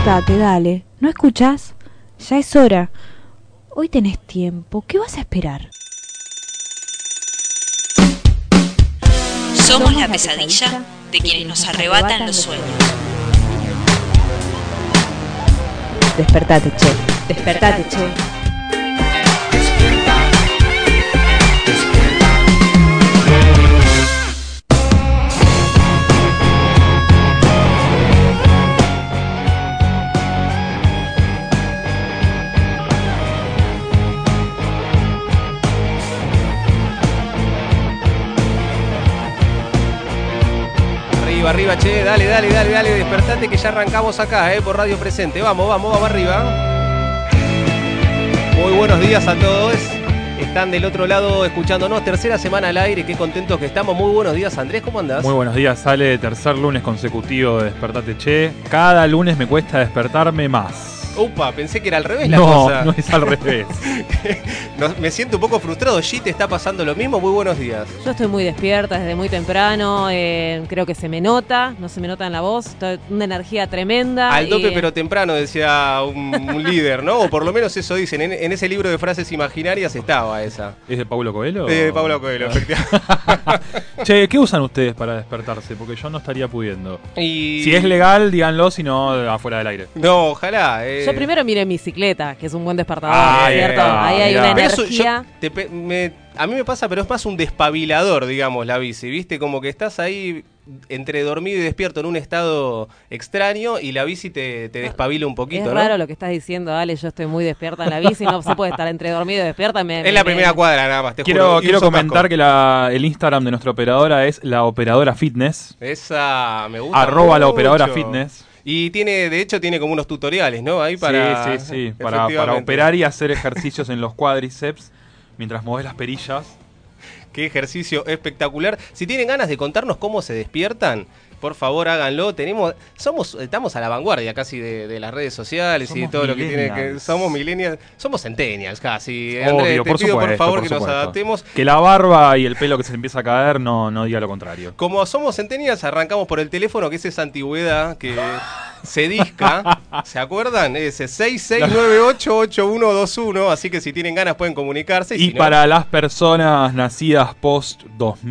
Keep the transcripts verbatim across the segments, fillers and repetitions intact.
Despertate, dale. ¿No escuchás? Ya es hora. Hoy tenés tiempo. ¿Qué vas a esperar? Somos la pesadilla de quienes nos arrebatan los sueños. Despertate, che. Despertate, che. Arriba, arriba, che, dale, dale, dale, dale, despertate que ya arrancamos acá, eh, por Radio Presente. Vamos, vamos, vamos arriba. Muy buenos días a todos. Están del otro lado escuchándonos, tercera semana al aire, qué contentos que estamos. Muy buenos días, Andrés, ¿cómo andás? Muy buenos días, Ale, tercer lunes consecutivo de Despertate Che. Cada lunes me cuesta despertarme más. Upa, pensé que era al revés la no, cosa. No, no es al revés. no, me siento un poco frustrado. G, ¿te está pasando lo mismo? Muy buenos días. Yo estoy muy despierta desde muy temprano, eh, creo que se me nota, no se me nota en la voz, estoy, una energía tremenda. Al dope y... pero temprano, decía un, un líder, ¿no? O por lo menos eso dicen, en, en ese libro de frases imaginarias estaba esa. ¿Es de Paulo Coelho? De o... Paulo Coelho, efectivamente. Che, ¿qué usan ustedes para despertarse? Porque yo no estaría pudiendo. Y... Si es legal, díganlo, si no, afuera del aire. No, ojalá. Eh... Yo primero miré bicicleta, que es un buen despertador, ah, ¿cierto? Yeah, Ahí hay yeah. una pero energía. Eso, yo, te, me, a mí me pasa, pero es más un despabilador, digamos, la bici, ¿viste? Como que estás ahí entre dormido y despierto en un estado extraño y la bici te, te despabila un poquito, es ¿no? Es raro lo que estás diciendo, Ale, yo estoy muy despierta en la bici, no se puede estar entre dormido y despierta. Me, es me, la me, primera me... cuadra nada más, te quiero, juro. Quiero comentar que la, el Instagram de nuestra operadora es la operadora fitness. Esa me gusta Arroba mucho. la operadora fitness. Y tiene, de hecho, tiene como unos tutoriales, ¿no? Ahí para... Sí, sí, sí, para, para operar y hacer ejercicios en los cuádriceps mientras mueves las perillas. Qué ejercicio espectacular. Si tienen ganas de contarnos cómo se despiertan, por favor háganlo. Tenemos, somos, estamos a la vanguardia casi de, de las redes sociales somos y de todo lo que tiene que. Somos millennials, somos centennials casi. Obvio, Andrés, te por pido supuesto, por favor por que supuesto. nos adaptemos. Que la barba y el pelo que se empieza a caer no, no diga lo contrario. Como somos centennials, arrancamos por el teléfono, que es esa antigüedad que se disca. ¿Se acuerdan? Ese seis seis nueve ocho ocho uno dos uno. Así que si tienen ganas pueden comunicarse. Y, y si para no... las personas nacidas post dos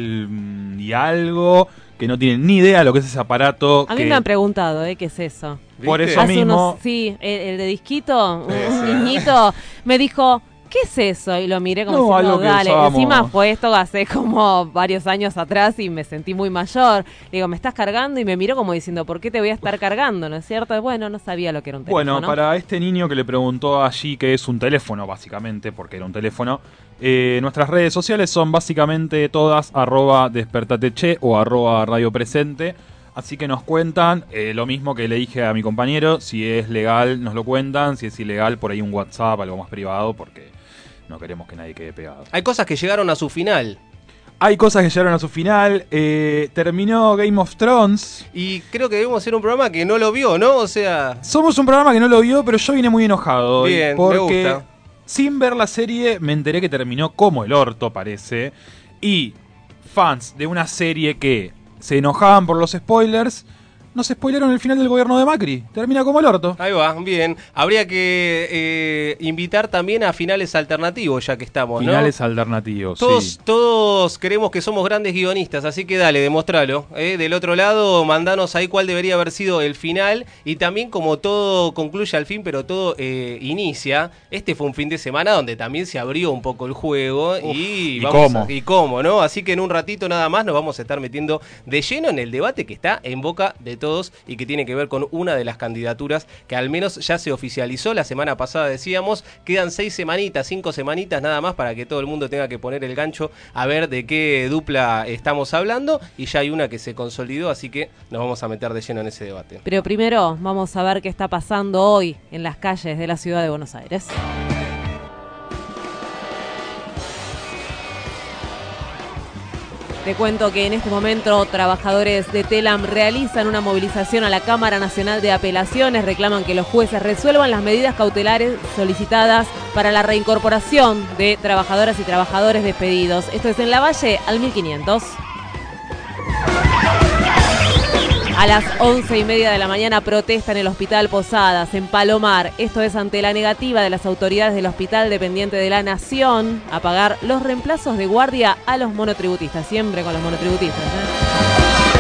mil y algo, que no tienen ni idea de lo que es ese aparato. A que... mí me han preguntado, ¿eh? ¿Qué es eso? Por ¿Viste? eso Hace mismo. Unos, sí, el, el de disquito, un, Sí, un sí. niñito, me dijo, ¿qué es eso? Y lo miré como No, diciendo, algo que dale. usábamos. Encima fue esto hace como varios años atrás y me sentí muy mayor. Le digo, ¿me estás cargando? Y me miró como diciendo, ¿por qué te voy a estar cargando? ¿No es cierto? Bueno, no sabía lo que era un teléfono. Bueno, para este niño que le preguntó allí que es un teléfono, básicamente, porque era un teléfono, eh, nuestras redes sociales son básicamente todas arroba despertateche o arroba radio presente. Así que nos cuentan eh, lo mismo que le dije a mi compañero, si es legal nos lo cuentan, si es ilegal por ahí un WhatsApp, algo más privado, porque no queremos que nadie quede pegado. Hay cosas que llegaron a su final. Hay cosas que llegaron a su final, eh, terminó Game of Thrones. Y creo que debemos hacer un programa que no lo vio, ¿no? O sea... Somos un programa que no lo vio, pero yo vine muy enojado. hoy, Bien, porque me gusta. sin ver la serie me enteré que terminó como el orto, parece. Y fans de una serie que se enojaban por los spoilers, nos spoilearon el final del gobierno de Macri. Termina como el orto. Ahí va, bien. Habría que eh, invitar también a finales alternativos, ya que estamos, ¿no? Finales alternativos, Todos, sí. todos creemos que somos grandes guionistas, así que dale, demostralo. ¿eh? Del otro lado, mandanos ahí cuál debería haber sido el final. Y también como todo concluye al fin, pero todo eh, inicia. Este fue un fin de semana donde también se abrió un poco el juego. Uf, y, ¿y vamos cómo? A, y cómo, ¿no? Así que en un ratito nada más nos vamos a estar metiendo de lleno en el debate que está en boca de todos y que tiene que ver con una de las candidaturas que al menos ya se oficializó. La semana pasada decíamos, quedan seis semanitas, cinco semanitas nada más para que todo el mundo tenga que poner el gancho a ver de qué dupla estamos hablando, y ya hay una que se consolidó, así que nos vamos a meter de lleno en ese debate. Pero primero vamos a ver qué está pasando hoy en las calles de la ciudad de Buenos Aires. Te cuento que en este momento trabajadores de Telam realizan una movilización a la Cámara Nacional de Apelaciones. Reclaman que los jueces resuelvan las medidas cautelares solicitadas para la reincorporación de trabajadoras y trabajadores despedidos. Esto es en Lavalle al mil quinientos. A las once y media de la mañana protesta en el Hospital Posadas, en Palomar. Esto es ante la negativa de las autoridades del hospital dependiente de la Nación a pagar los reemplazos de guardia a los monotributistas. Siempre con los monotributistas, ¿eh?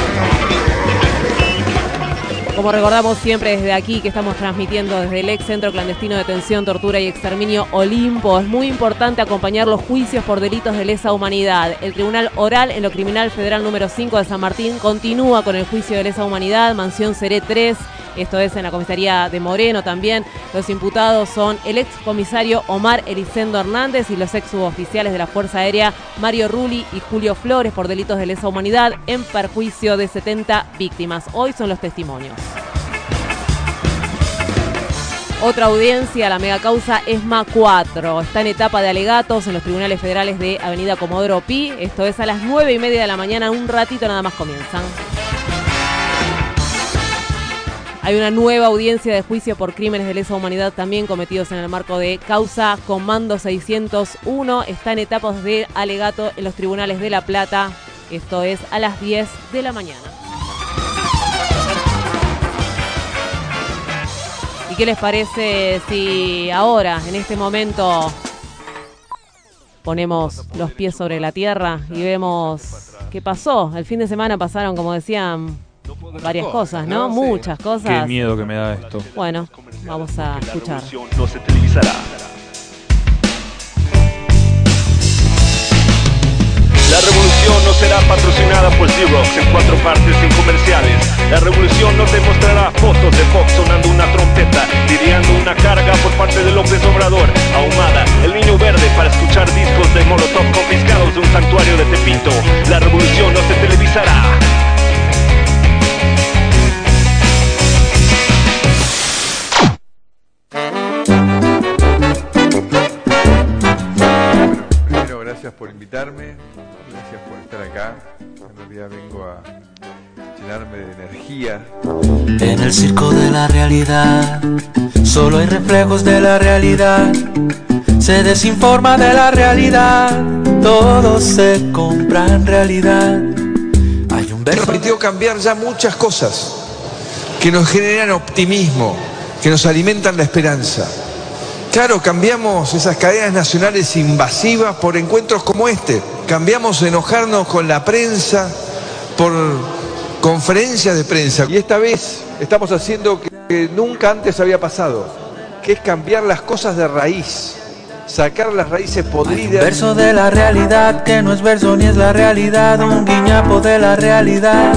Como recordamos siempre desde aquí que estamos transmitiendo desde el ex Centro Clandestino de Detención, Tortura y Exterminio Olimpo, es muy importante acompañar los juicios por delitos de lesa humanidad. El Tribunal Oral en lo Criminal Federal número cinco de San Martín continúa con el juicio de lesa humanidad, Mansión Seré tres, esto es en la comisaría de Moreno también. Los imputados son el ex comisario Omar Elisendo Hernández y los ex suboficiales de la Fuerza Aérea Mario Rulli y Julio Flores por delitos de lesa humanidad en perjuicio de setenta víctimas. Hoy son los testimonios. Otra audiencia, la megacausa ESMA cuatro. Está en etapa de alegatos en los tribunales federales de Avenida Comodoro Pi. Esto es a las nueve y media de la mañana, un ratito nada más comienzan. Hay una nueva audiencia de juicio por crímenes de lesa humanidad también cometidos en el marco de causa Comando seiscientos uno. Está en etapas de alegato en los tribunales de La Plata. Esto es a las diez de la mañana. ¿Y qué les parece si ahora, en este momento, ponemos los pies sobre la tierra y vemos qué pasó? El fin de semana pasaron, como decían, varias cosas, ¿no? Muchas cosas. Qué miedo que me da esto. Bueno, vamos a escuchar. No se televisará. La revolución no será patrocinada por Xerox en cuatro partes sin comerciales. La revolución no te mostrará fotos de Fox sonando una trompeta, lidiando una carga por parte de López Obrador. Ahumada, el niño verde para escuchar discos de Molotov confiscados de un santuario de Tepito. La revolución no se televisará. Primero, gracias por invitarme, gracias por estar acá. En realidad vengo a llenarme de energía. En el circo de la realidad, solo hay reflejos de la realidad. Se desinforma de la realidad, todo se compra en realidad. Hay un verso. Nos permitió cambiar ya muchas cosas que nos generan optimismo, que nos alimentan la esperanza. Claro, cambiamos esas cadenas nacionales invasivas por encuentros como este. Cambiamos enojarnos con la prensa por conferencias de prensa. Y esta vez estamos haciendo que, que nunca antes había pasado, que es cambiar las cosas de raíz, sacar las raíces podridas. Hay un verso de la realidad que no es verso ni es la realidad, un guiñapo de la realidad.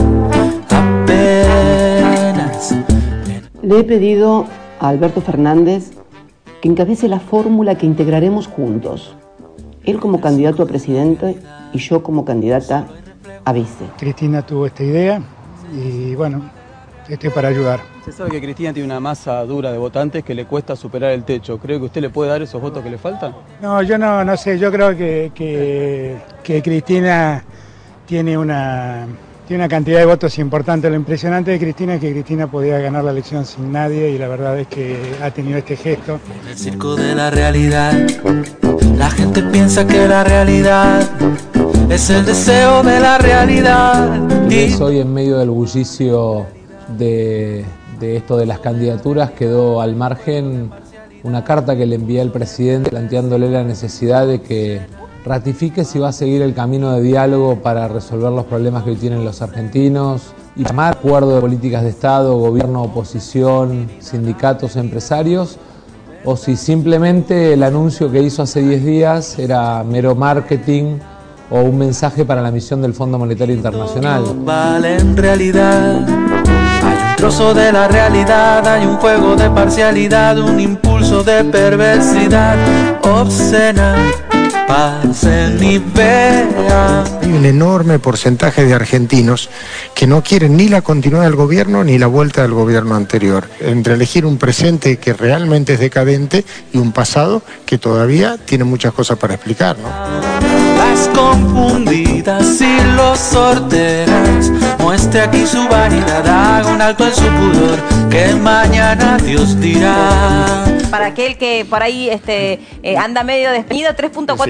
Apenas. Le he pedido a Alberto Fernández que encabece la fórmula que integraremos juntos. Él como candidato a presidente y yo como candidata a vice. Cristina tuvo esta idea y bueno, estoy para ayudar. Se sabe que Cristina tiene una masa dura de votantes que le cuesta superar el techo. ¿Cree que usted le puede dar esos votos que le faltan? No, yo no, no sé, yo creo que, que, que Cristina tiene una... Tiene una cantidad de votos importante. Lo impresionante de Cristina es que Cristina podía ganar la elección sin nadie y la verdad es que ha tenido este gesto. En el circo de la realidad, la gente piensa que la realidad es el deseo de la realidad. Y hoy en medio del bullicio de, de esto de las candidaturas quedó al margen una carta que le envié al presidente planteándole la necesidad de que ratifique si va a seguir el camino de diálogo para resolver los problemas que hoy tienen los argentinos y tomar acuerdo de políticas de Estado, gobierno, oposición, sindicatos, empresarios, o si simplemente el anuncio que hizo hace diez días era mero marketing o un mensaje para la misión del Fondo Monetario Internacional. Vale, en realidad hay un trozo de la realidad, hay un juego de parcialidad, un impulso de perversidad obscena. Pasen y vean. Hay un enorme porcentaje de argentinos que no quieren ni la continuidad del gobierno ni la vuelta del gobierno anterior. Entre elegir un presente que realmente es decadente y un pasado que todavía tiene muchas cosas para explicar, ¿no? Las confundidas y los sorteras, muestre aquí su vanidad, haga un alto en su pudor, que mañana Dios dirá. Para aquel que por ahí este, eh, anda medio despedido, tres punto cuatro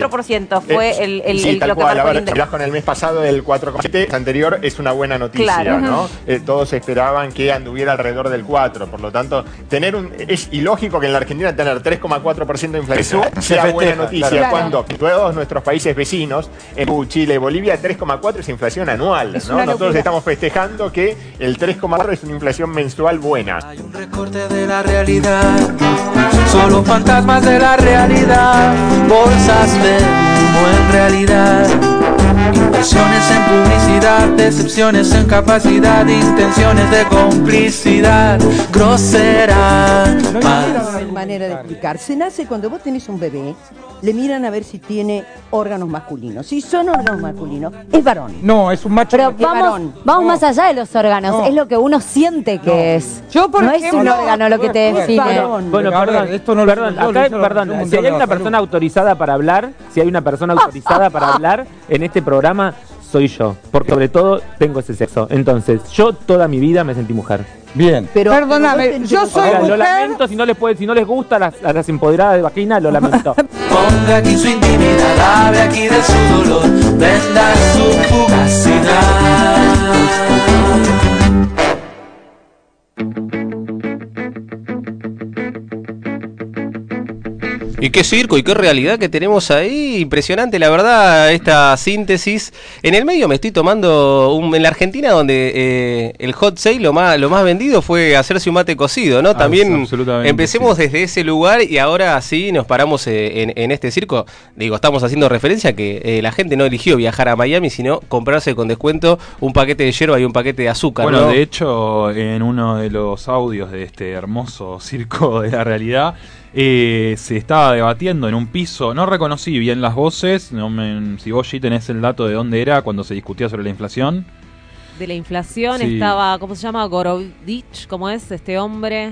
cuatro por ciento fue Eh, el, el, sí, el- tal lo que cual. marcó A el ver, índice. si hablas con el mes pasado del cuatro coma siete, anterior es una buena noticia, Claro. ¿no? Eh, todos esperaban que anduviera alrededor del cuatro, por lo tanto, tener un es ilógico que en la Argentina tener tres coma cuatro por ciento de inflación Se sea festeja, buena noticia, claro. cuando en todos nuestros países vecinos, en Perú, Chile, Bolivia, tres coma cuatro es inflación anual, Es ¿no? una Nosotros locura. estamos festejando que el tres coma cuatro es una inflación mensual buena. Recorte de la realidad, solo fantasmas de la realidad, bolsas de humo en realidad, inversiones en publicidad, decepciones en capacidad, intenciones de complicidad, grosera, No hay manera de explicar. Se nace cuando vos tenés un bebé, le miran a ver si tiene órganos masculinos. Si son órganos masculinos, es varón. No, es un macho. Pero Vamos, vamos más allá de los órganos, No. es lo que uno siente que es. Yo, por no ejemplo, es un órgano lo que te es define. varón. Bueno, A ver, perdón, esto no lo- perdón, no lo acá, hizo perdón, un si montón hay de una salud. persona autorizada para hablar, si hay una persona autorizada para hablar en este programa, soy yo, porque sobre todo tengo ese sexo. Entonces, yo toda mi vida me sentí mujer. Bien. Pero, Perdóname, pero vos yo tenés- soy Ahora, lo mujer. lamento, si no les puede, si no les gusta a las, a las empoderadas de vagina, lo lamento. ponga aquí su intimidad, hable aquí de su dolor, venda su fugacidad. Y qué circo y qué realidad que tenemos ahí. Impresionante, la verdad, esta síntesis. En el medio me estoy tomando un, en la Argentina, donde eh, el hot sale lo más, lo más vendido fue hacerse un mate cocido, ¿no? Ah, También absolutamente, empecemos desde ese lugar y ahora sí nos paramos eh, en, en este circo. Digo, estamos haciendo referencia a que eh, la gente no eligió viajar a Miami, sino comprarse con descuento un paquete de yerba y un paquete de azúcar, Bueno, ¿no? de hecho, en uno de los audios de este hermoso circo de la realidad, eh, se estaba debatiendo en un piso, no reconocí bien las voces, no me, si vos sí tenés el dato de dónde era cuando se discutía sobre la inflación. De la inflación Sí. estaba, ¿cómo se llama? Gorodich, ¿cómo es este hombre?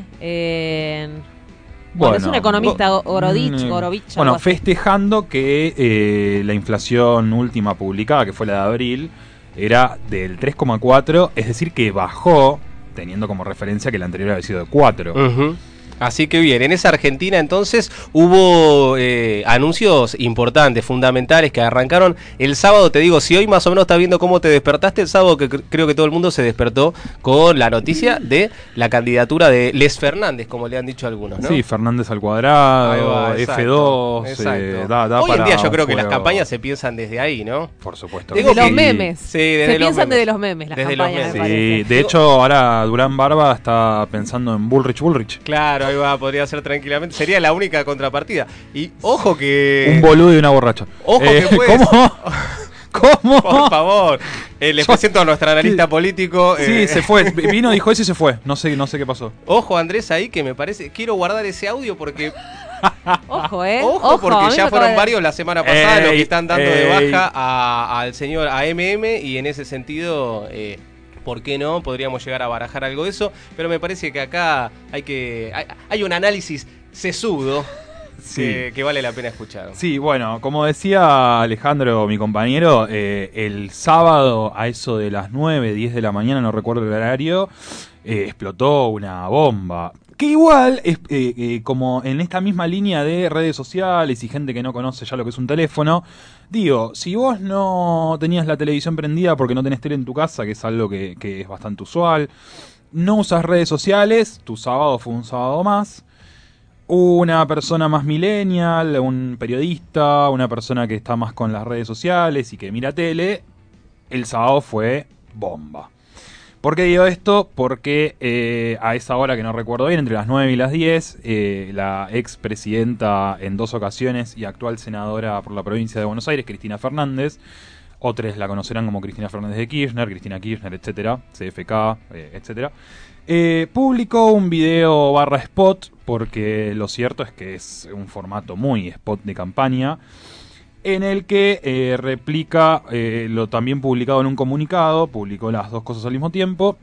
Eh, bueno, es un economista, go- Gorodich, mm, Gorovich. Bueno, algo así. festejando que eh, la inflación última publicada, que fue la de abril, era del tres coma cuatro, es decir, que bajó, teniendo como referencia que la anterior había sido de cuatro. Ujú. Así que bien, en esa Argentina entonces hubo eh, anuncios importantes, fundamentales, que arrancaron el sábado. Te digo, si hoy más o menos estás viendo cómo te despertaste, el sábado que cr- creo que todo el mundo se despertó con la noticia de la candidatura de Les Fernández, como le han dicho algunos, ¿no? Sí, Fernández al Ahí cuadrado, va, F exacto, dos, exacto. eh, da, da Hoy en para día yo un creo que las juego. campañas se piensan desde ahí, ¿no? Por supuesto. Desde los memes. Sí, desde Se los piensan memes. desde los memes, las Desde los campañas, me memes. Sí, parece. de hecho ahora Durán Barba está pensando en Bullrich Bullrich. Claro, ahí va, podría ser tranquilamente. Sería la única contrapartida. Y ojo que... Un boludo y una borracha. Ojo Eh, que fue... ¿Cómo? ¿Cómo? Por favor. Eh, les presento a nuestro analista político. Sí, eh, se fue. Vino, dijo eso y se fue. No sé, no sé qué pasó. Ojo, Andrés, ahí que me parece... Quiero guardar ese audio porque... Ojo, ¿eh? Ojo, Ojo, a porque mí ya me fueron acaba de- varios la semana pasada los Ey, que están dando de ey. baja a- al señor A M M y en ese sentido... Eh, ¿por qué no? Podríamos llegar a barajar algo de eso, pero me parece que acá hay que hay, hay un análisis sesudo Sí. que, que vale la pena escuchar. Sí, bueno, como decía Alejandro, mi compañero, eh, el sábado a eso de las nueve, diez de la mañana, no recuerdo el horario, eh, explotó una bomba. Que igual, es, eh, eh, como en esta misma línea de redes sociales y gente que no conoce ya lo que es un teléfono, digo, si vos no tenías la televisión prendida porque no tenés tele en tu casa, que es algo que, que es bastante usual, no usas redes sociales, tu sábado fue un sábado más, una persona más millennial, un periodista, una persona que está más con las redes sociales y que mira tele, el sábado fue bomba. ¿Por qué digo esto? Porque eh, a esa hora que no recuerdo bien, entre las nueve y las diez, eh, la expresidenta en dos ocasiones y actual senadora por la provincia de Buenos Aires, Cristina Fernández, otros la conocerán como Cristina Fernández de Kirchner, Cristina Kirchner, etcétera, C F K, eh, etcétera, eh, publicó un video barra spot, porque lo cierto es que es un formato muy spot de campaña, en el que eh, replica eh, lo también publicado en un comunicado, publicó las dos cosas al mismo tiempo,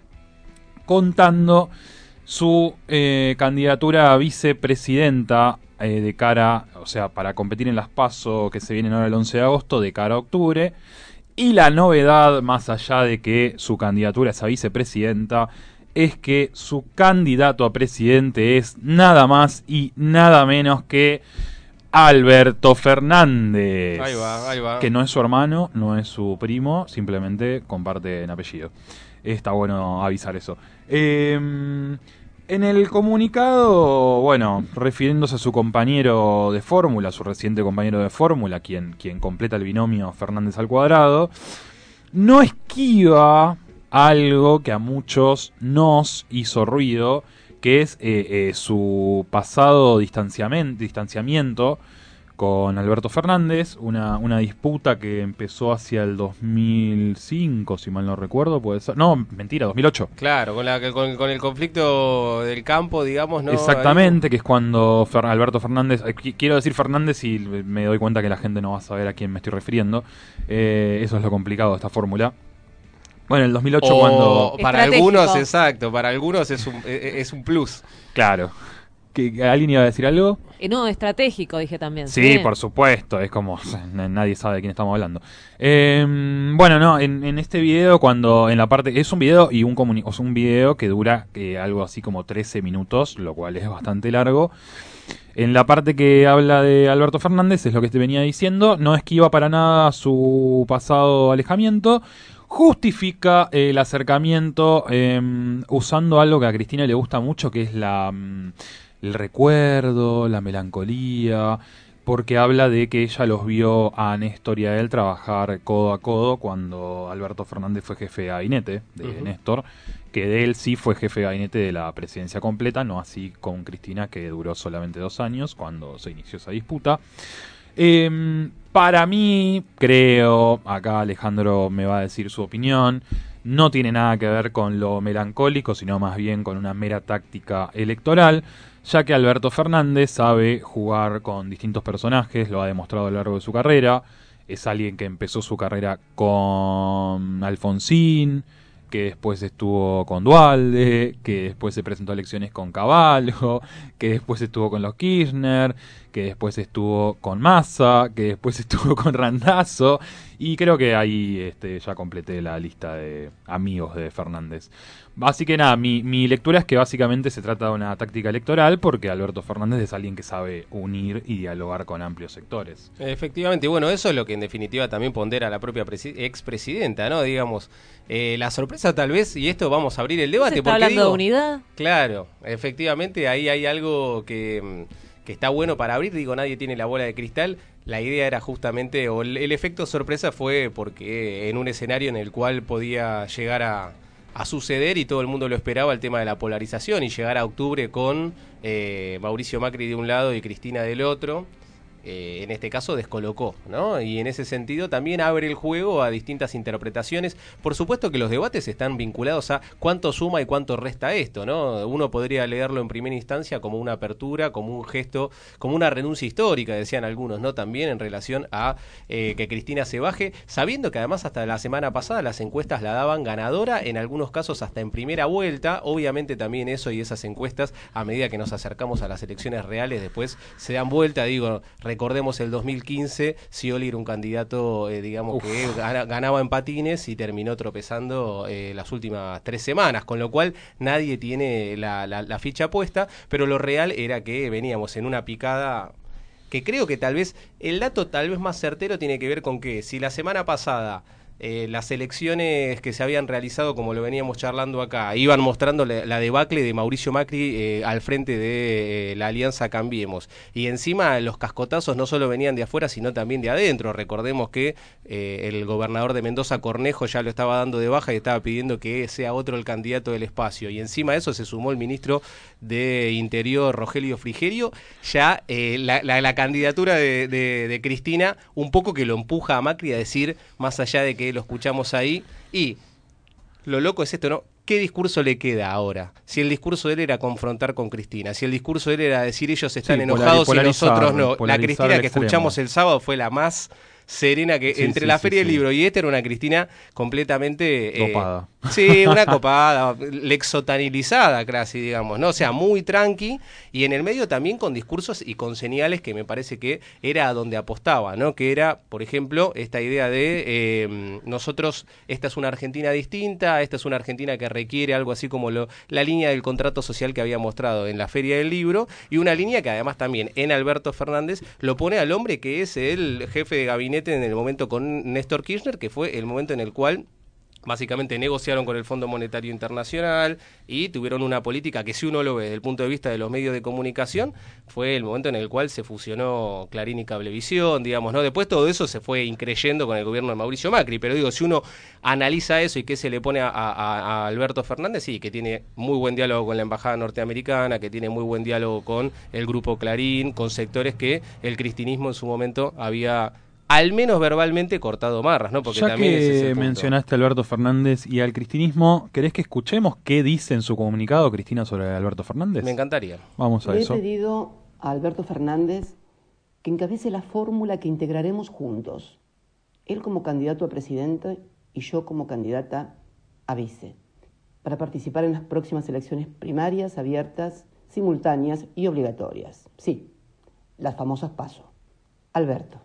contando su eh, candidatura a vicepresidenta eh, de cara, o sea, para competir en las PASO que se vienen ahora el once de agosto, de cara a octubre, y la novedad, más allá de que su candidatura es a vicepresidenta, es que su candidato a presidente es nada más y nada menos que Alberto Fernández. Ahí va, ahí va. Que no es su hermano, no es su primo, simplemente comparten apellido. Está bueno avisar eso. Eh, en el comunicado, bueno, refiriéndose a su compañero de fórmula, su reciente compañero de fórmula, quien, quien completa el binomio Fernández al cuadrado, no esquiva algo que a muchos nos hizo ruido, que es eh, eh, su pasado distanciamiento, distanciamiento con Alberto Fernández, una, una disputa que empezó hacia el dos mil cinco, si mal no recuerdo, puede ser. No, mentira, dos mil ocho. Claro, con, la, con, con el conflicto del campo, digamos, ¿no? Exactamente, ahí. Que es cuando Fer, Alberto Fernández, eh, quiero decir Fernández y me doy cuenta que la gente no va a saber a quién me estoy refiriendo. Eh, eso es lo complicado de esta fórmula. Bueno, en el dos mil ocho o cuando... Para algunos, exacto, para algunos es un, es un plus. Claro. ¿Que, ¿Alguien iba a decir algo? Eh, no, estratégico, dije también. Sí, ¿sí? Por supuesto, es como nadie sabe de quién estamos hablando. Eh, bueno, no, en, en este video, cuando en la parte, es un video y un comuni- o sea, un video que dura eh, algo así como trece minutos, lo cual es bastante largo. En la parte que habla de Alberto Fernández, es lo que te venía diciendo, no esquiva para nada su pasado alejamiento, justifica eh, el acercamiento eh, usando algo que a Cristina le gusta mucho, que es la... el recuerdo, la melancolía, porque habla de que ella los vio a Néstor y a él trabajar codo a codo cuando Alberto Fernández fue jefe de gabinete de uh-huh. Néstor, que de él sí fue jefe de gabinete de la presidencia completa, no así con Cristina, que duró solamente dos años cuando se inició esa disputa. Eh, para mí, creo, acá Alejandro me va a decir su opinión, no tiene nada que ver con lo melancólico, sino más bien con una mera táctica electoral, ya que Alberto Fernández sabe jugar con distintos personajes, lo ha demostrado a lo largo de su carrera. Es alguien que empezó su carrera con Alfonsín, que después estuvo con Duhalde, que después se presentó a elecciones con Cavallo, que después estuvo con los Kirchner, que después estuvo con Massa, que después estuvo con Randazzo, y creo que ahí este, ya completé la lista de amigos de Fernández. Así que nada, mi, mi lectura es que básicamente se trata de una táctica electoral porque Alberto Fernández es alguien que sabe unir y dialogar con amplios sectores. Efectivamente, bueno, eso es lo que en definitiva también pondera a la propia presi- expresidenta, ¿no? Digamos, eh, la sorpresa tal vez, y esto vamos a abrir el debate. ¿Se está porque hablando digo, de unidad? Claro, efectivamente ahí hay algo que, que está bueno para abrir, digo, nadie tiene la bola de cristal. La idea era justamente, o el, el efecto sorpresa fue porque en un escenario en el cual podía llegar a... a suceder y todo el mundo lo esperaba, el tema de la polarización y llegar a octubre con eh, Mauricio Macri de un lado y Cristina del otro, eh, en este caso descolocó, ¿no? Y en ese sentido también abre el juego a distintas interpretaciones. Por supuesto que los debates están vinculados a cuánto suma y cuánto resta esto, ¿no? Uno podría leerlo en primera instancia como una apertura, como un gesto, como una renuncia histórica, decían algunos, ¿no? También en relación a eh, que Cristina se baje, sabiendo que además hasta la semana pasada las encuestas la daban ganadora, en algunos casos hasta en primera vuelta. Obviamente también eso y esas encuestas, a medida que nos acercamos a las elecciones reales, después se dan vuelta. Digo, recordemos el dos mil quince, Scioli era un candidato, eh, digamos, Uf. que gana, ganaba en patines y terminó tropezando eh, las últimas tres semanas, con lo cual nadie tiene la, la, la ficha puesta, pero lo real era que veníamos en una picada que creo que tal vez, el dato tal vez más certero tiene que ver con que si la semana pasada Eh, las elecciones que se habían realizado, como lo veníamos charlando acá, iban mostrando la, la debacle de Mauricio Macri eh, al frente de eh, la Alianza Cambiemos, y encima los cascotazos no solo venían de afuera sino también de adentro. Recordemos que eh, el gobernador de Mendoza, Cornejo, ya lo estaba dando de baja y estaba pidiendo que sea otro el candidato del espacio, y encima de eso se sumó el ministro de Interior, Rogelio Frigerio. Ya eh, la, la, la candidatura de, de, de Cristina un poco que lo empuja a Macri a decir, más allá de que lo escuchamos ahí, y lo loco es esto, ¿no? ¿Qué discurso le queda ahora? Si el discurso de él era confrontar con Cristina, si el discurso de él era decir ellos están sí, enojados y nosotros no. La Cristina que escuchamos el sábado fue la más serena que sí, entre sí, la Feria sí, del sí. Libro y esta era una Cristina completamente dopada. Eh, Sí, una copada, lexotanilizada casi, digamos, ¿no? O sea, muy tranqui y en el medio también con discursos y con señales que me parece que era a donde apostaba, ¿no? Que era, por ejemplo, esta idea de eh, nosotros, esta es una Argentina distinta, esta es una Argentina que requiere algo así como lo, la línea del contrato social que había mostrado en la Feria del Libro y una línea que además también en Alberto Fernández lo pone al hombre que es el jefe de gabinete en el momento con Néstor Kirchner, que fue el momento en el cual básicamente negociaron con el Fondo Monetario Internacional y tuvieron una política que, si uno lo ve desde el punto de vista de los medios de comunicación, fue el momento en el cual se fusionó Clarín y Cablevisión, digamos, ¿no? Después todo eso se fue increyendo con el gobierno de Mauricio Macri, pero digo, si uno analiza eso y qué se le pone a, a, a Alberto Fernández, sí, que tiene muy buen diálogo con la Embajada Norteamericana, que tiene muy buen diálogo con el Grupo Clarín, con sectores que el cristinismo en su momento había al menos verbalmente cortado marras, ¿no? Porque ya también que ese es el punto. Mencionaste a Alberto Fernández y al cristinismo, ¿querés que escuchemos qué dice en su comunicado Cristina sobre Alberto Fernández? Me encantaría. Vamos a Le eso. he pedido a Alberto Fernández que encabece la fórmula que integraremos juntos. Él como candidato a presidente y yo como candidata a vice, para participar en las próximas elecciones primarias, abiertas, simultáneas y obligatorias. Sí, las famosas PASO. Alberto,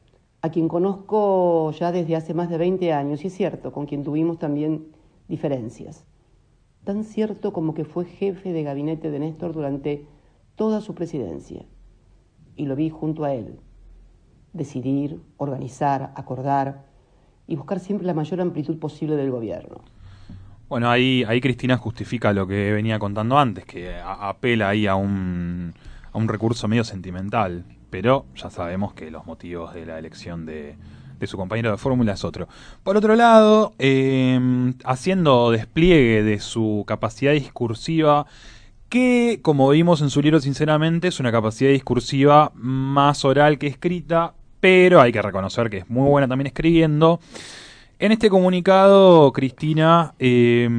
a quien conozco ya desde hace más de veinte años, y es cierto, con quien tuvimos también diferencias. Tan cierto como que fue jefe de gabinete de Néstor durante toda su presidencia. Y lo vi junto a él, decidir, organizar, acordar y buscar siempre la mayor amplitud posible del gobierno. Bueno, ahí, ahí Cristina justifica lo que venía contando antes, que a, apela ahí a un, a un recurso medio sentimental. Pero ya sabemos que los motivos de la elección de, de su compañero de fórmula es otro. Por otro lado, eh, haciendo despliegue de su capacidad discursiva, que, como vimos en su libro Sinceramente, es una capacidad discursiva más oral que escrita, pero hay que reconocer que es muy buena también escribiendo. En este comunicado, Cristina eh,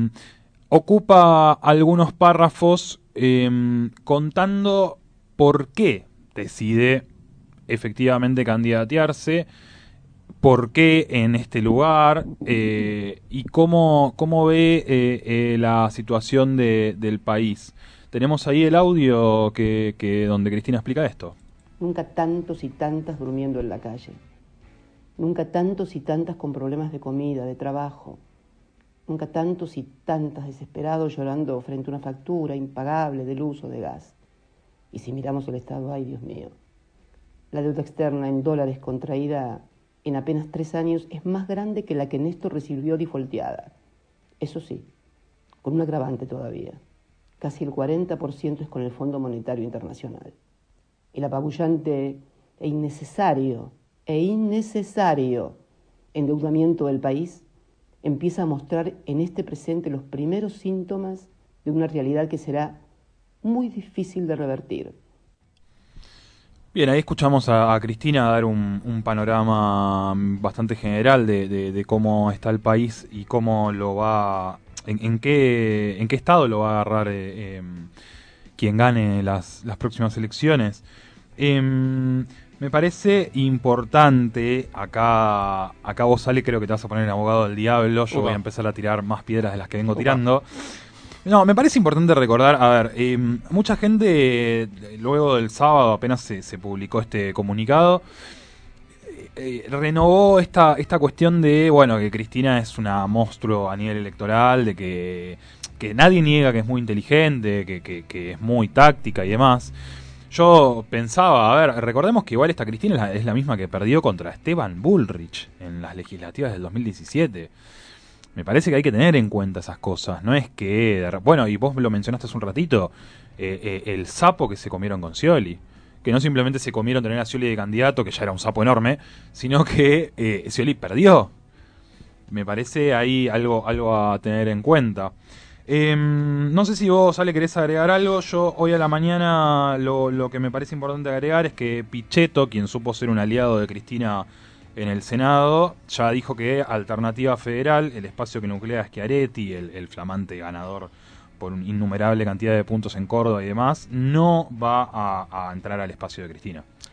ocupa algunos párrafos eh, contando por qué decide efectivamente candidatearse, por qué en este lugar eh, y cómo, cómo ve eh, eh, la situación de, del país. Tenemos ahí el audio que, que donde Cristina explica esto. Nunca tantos y tantas durmiendo en la calle. Nunca tantos y tantas con problemas de comida, de trabajo. Nunca tantos y tantas desesperados llorando frente a una factura impagable de luz o de gas. Y si miramos el Estado, ay Dios mío, la deuda externa en dólares contraída en apenas tres años es más grande que la que Néstor recibió defaulteada. Eso sí, con un agravante todavía. Casi el cuarenta por ciento es con el Fondo Monetario Internacional. El apabullante e innecesario, e innecesario endeudamiento del país empieza a mostrar en este presente los primeros síntomas de una realidad que será muy difícil de revertir. Bien, ahí escuchamos a, a Cristina dar un, un panorama bastante general de, de, de cómo está el país y cómo lo va, en, en qué en qué estado lo va a agarrar eh, eh, quien gane las, las próximas elecciones. Eh, me parece importante, acá acá vos sale, creo que te vas a poner el abogado del diablo, yo Upa. voy a empezar a tirar más piedras de las que vengo Upa. tirando. No, me parece importante recordar, a ver, eh, mucha gente, eh, luego del sábado apenas se, se publicó este comunicado, eh, renovó esta, esta cuestión de, bueno, que Cristina es una monstruo a nivel electoral, de que, que nadie niega que es muy inteligente, que, que, que es muy táctica y demás. Yo pensaba, a ver, recordemos que igual esta Cristina es la, es la misma que perdió contra Esteban Bullrich en las legislativas del dos mil diecisiete. Me parece que hay que tener en cuenta esas cosas. No es que... Bueno, y vos lo mencionaste hace un ratito, eh, eh, el sapo que se comieron con Scioli. Que no simplemente se comieron tener a Scioli de candidato, que ya era un sapo enorme, sino que eh, Scioli perdió. Me parece ahí algo, algo a tener en cuenta. Eh, no sé si vos, Ale, querés agregar algo. Yo hoy a la mañana lo, lo que me parece importante agregar es que Pichetto, quien supo ser un aliado de Cristina en el Senado, ya dijo que Alternativa Federal, el espacio que nuclea a Schiaretti, el, el flamante ganador por una innumerable cantidad de puntos en Córdoba y demás, no va a, a entrar al espacio de Cristina.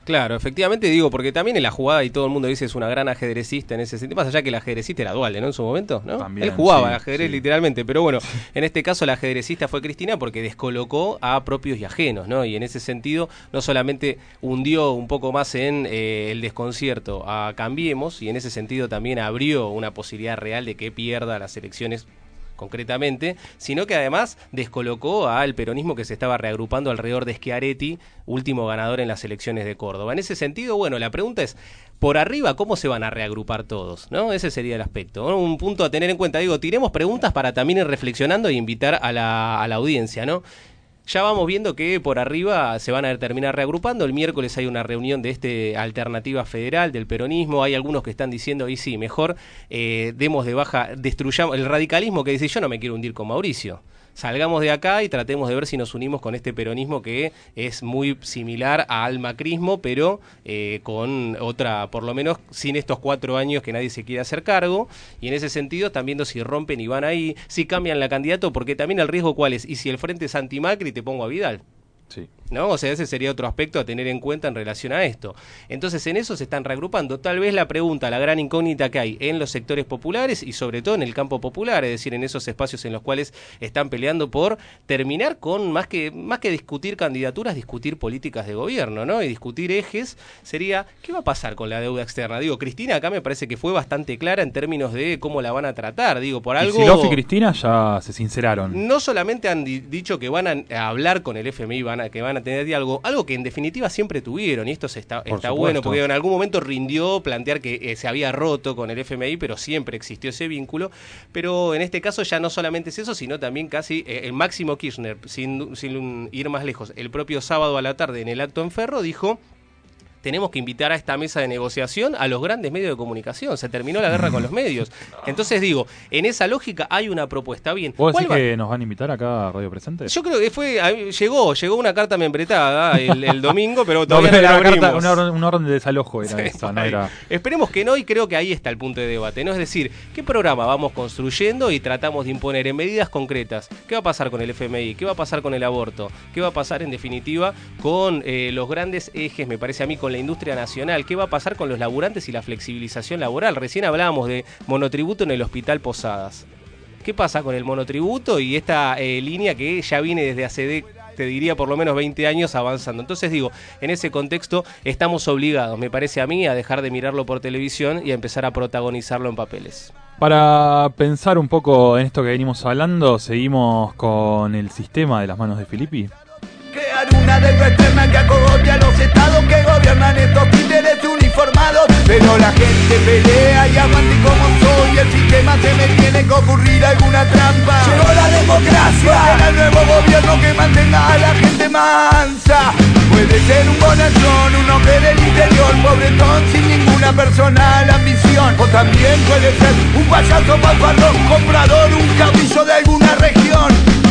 Claro, efectivamente digo, porque también en la jugada, y todo el mundo dice es una gran ajedrecista en ese sentido, más allá que el ajedrecista era Dualde, ¿no? En su momento, ¿no? También, Él jugaba sí, al ajedrez sí. literalmente, pero bueno, en este caso la ajedrecista fue Cristina porque descolocó a propios y ajenos, ¿no? Y en ese sentido no solamente hundió un poco más en eh, el desconcierto a Cambiemos, y en ese sentido también abrió una posibilidad real de que pierda las elecciones concretamente, sino que además descolocó al peronismo que se estaba reagrupando alrededor de Schiaretti, último ganador en las elecciones de Córdoba. En ese sentido, bueno, la pregunta es, por arriba, ¿cómo se van a reagrupar todos? ¿No? Ese sería el aspecto, ¿no? Un punto a tener en cuenta. Digo, tiremos preguntas para también ir reflexionando e invitar a la, a la audiencia, ¿no? Ya vamos viendo que por arriba se van a terminar reagrupando. El miércoles hay una reunión de este Alternativa Federal del peronismo. Hay algunos que están diciendo, y sí, mejor eh, demos de baja, destruyamos el radicalismo que dice, yo no me quiero hundir con Mauricio. Salgamos de acá y tratemos de ver si nos unimos con este peronismo que es muy similar al macrismo, pero eh, con otra, por lo menos sin estos cuatro años que nadie se quiere hacer cargo. Y en ese sentido están viendo si rompen y van ahí, si cambian la candidato, porque también el riesgo cuál es. Y si el frente es anti-Macri, te pongo a Vidal. Sí. ¿No? O sea, ese sería otro aspecto a tener en cuenta en relación a esto. Entonces, en eso se están reagrupando. Tal vez la pregunta, la gran incógnita que hay en los sectores populares y sobre todo en el campo popular, es decir, en esos espacios en los cuales están peleando por terminar con, más que más que discutir candidaturas, discutir políticas de gobierno, ¿no? Y discutir ejes, sería, ¿qué va a pasar con la deuda externa? Digo, Cristina acá me parece que fue bastante clara en términos de cómo la van a tratar. Digo, por algo... Y Silov y Cristina ya se sinceraron. No solamente han di- dicho que van a, a hablar con el F M I, van a, que van a tener diálogo, algo que en definitiva siempre tuvieron, y esto se está, está bueno, porque en algún momento rindió plantear que eh, se había roto con el F M I, pero siempre existió ese vínculo. Pero en este caso ya no solamente es eso, sino también casi eh, el Máximo Kirchner, sin, sin ir más lejos, el propio sábado a la tarde en el acto en Ferro dijo: tenemos que invitar a esta mesa de negociación a los grandes medios de comunicación. Se terminó la guerra con los medios. Entonces digo, en esa lógica hay una propuesta. Bien, ¿Vos ¿cuál decís va? que nos van a invitar acá a Radio Presente? Yo creo que fue, a mí- llegó, llegó una carta membretada el, el domingo, pero No, todavía pero no, la era una, abrimos. carta, una, orden- una orden de desalojo era Sí, esa, por no ahí. era... Esperemos que no, y creo que ahí está el punto de debate, ¿no? Es decir, ¿qué programa vamos construyendo y tratamos de imponer en medidas concretas? ¿Qué va a pasar con el F M I? ¿Qué va a pasar con el aborto? ¿Qué va a pasar, en definitiva, con eh, los grandes ejes, me parece a mí, con la industria nacional? ¿Qué va a pasar con los laburantes y la flexibilización laboral? Recién hablábamos de monotributo en el Hospital Posadas. ¿Qué pasa con el monotributo y esta eh, línea que ya viene desde hace, de, te diría, por lo menos veinte años avanzando? Entonces digo, en ese contexto estamos obligados, me parece a mí, a dejar de mirarlo por televisión y a empezar a protagonizarlo en papeles. Para pensar un poco en esto que venimos hablando, seguimos con el sistema de las manos de Filippi. Crear una deuda externa que acogote a los estados que gobiernan estos títeres uniformados. Pero la gente pelea y aguante como soy. El sistema se me tiene que ocurrir alguna trampa. Llegó la democracia. Será el nuevo gobierno que mantenga a la gente mansa. Puede ser un bonachón, un hombre del interior, pobretón sin ninguna personal ambición. O también puede ser un payaso fanfarrón, comprador, un caudillo de alguna región.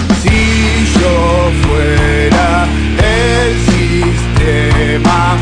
Si yo fuera el sistema,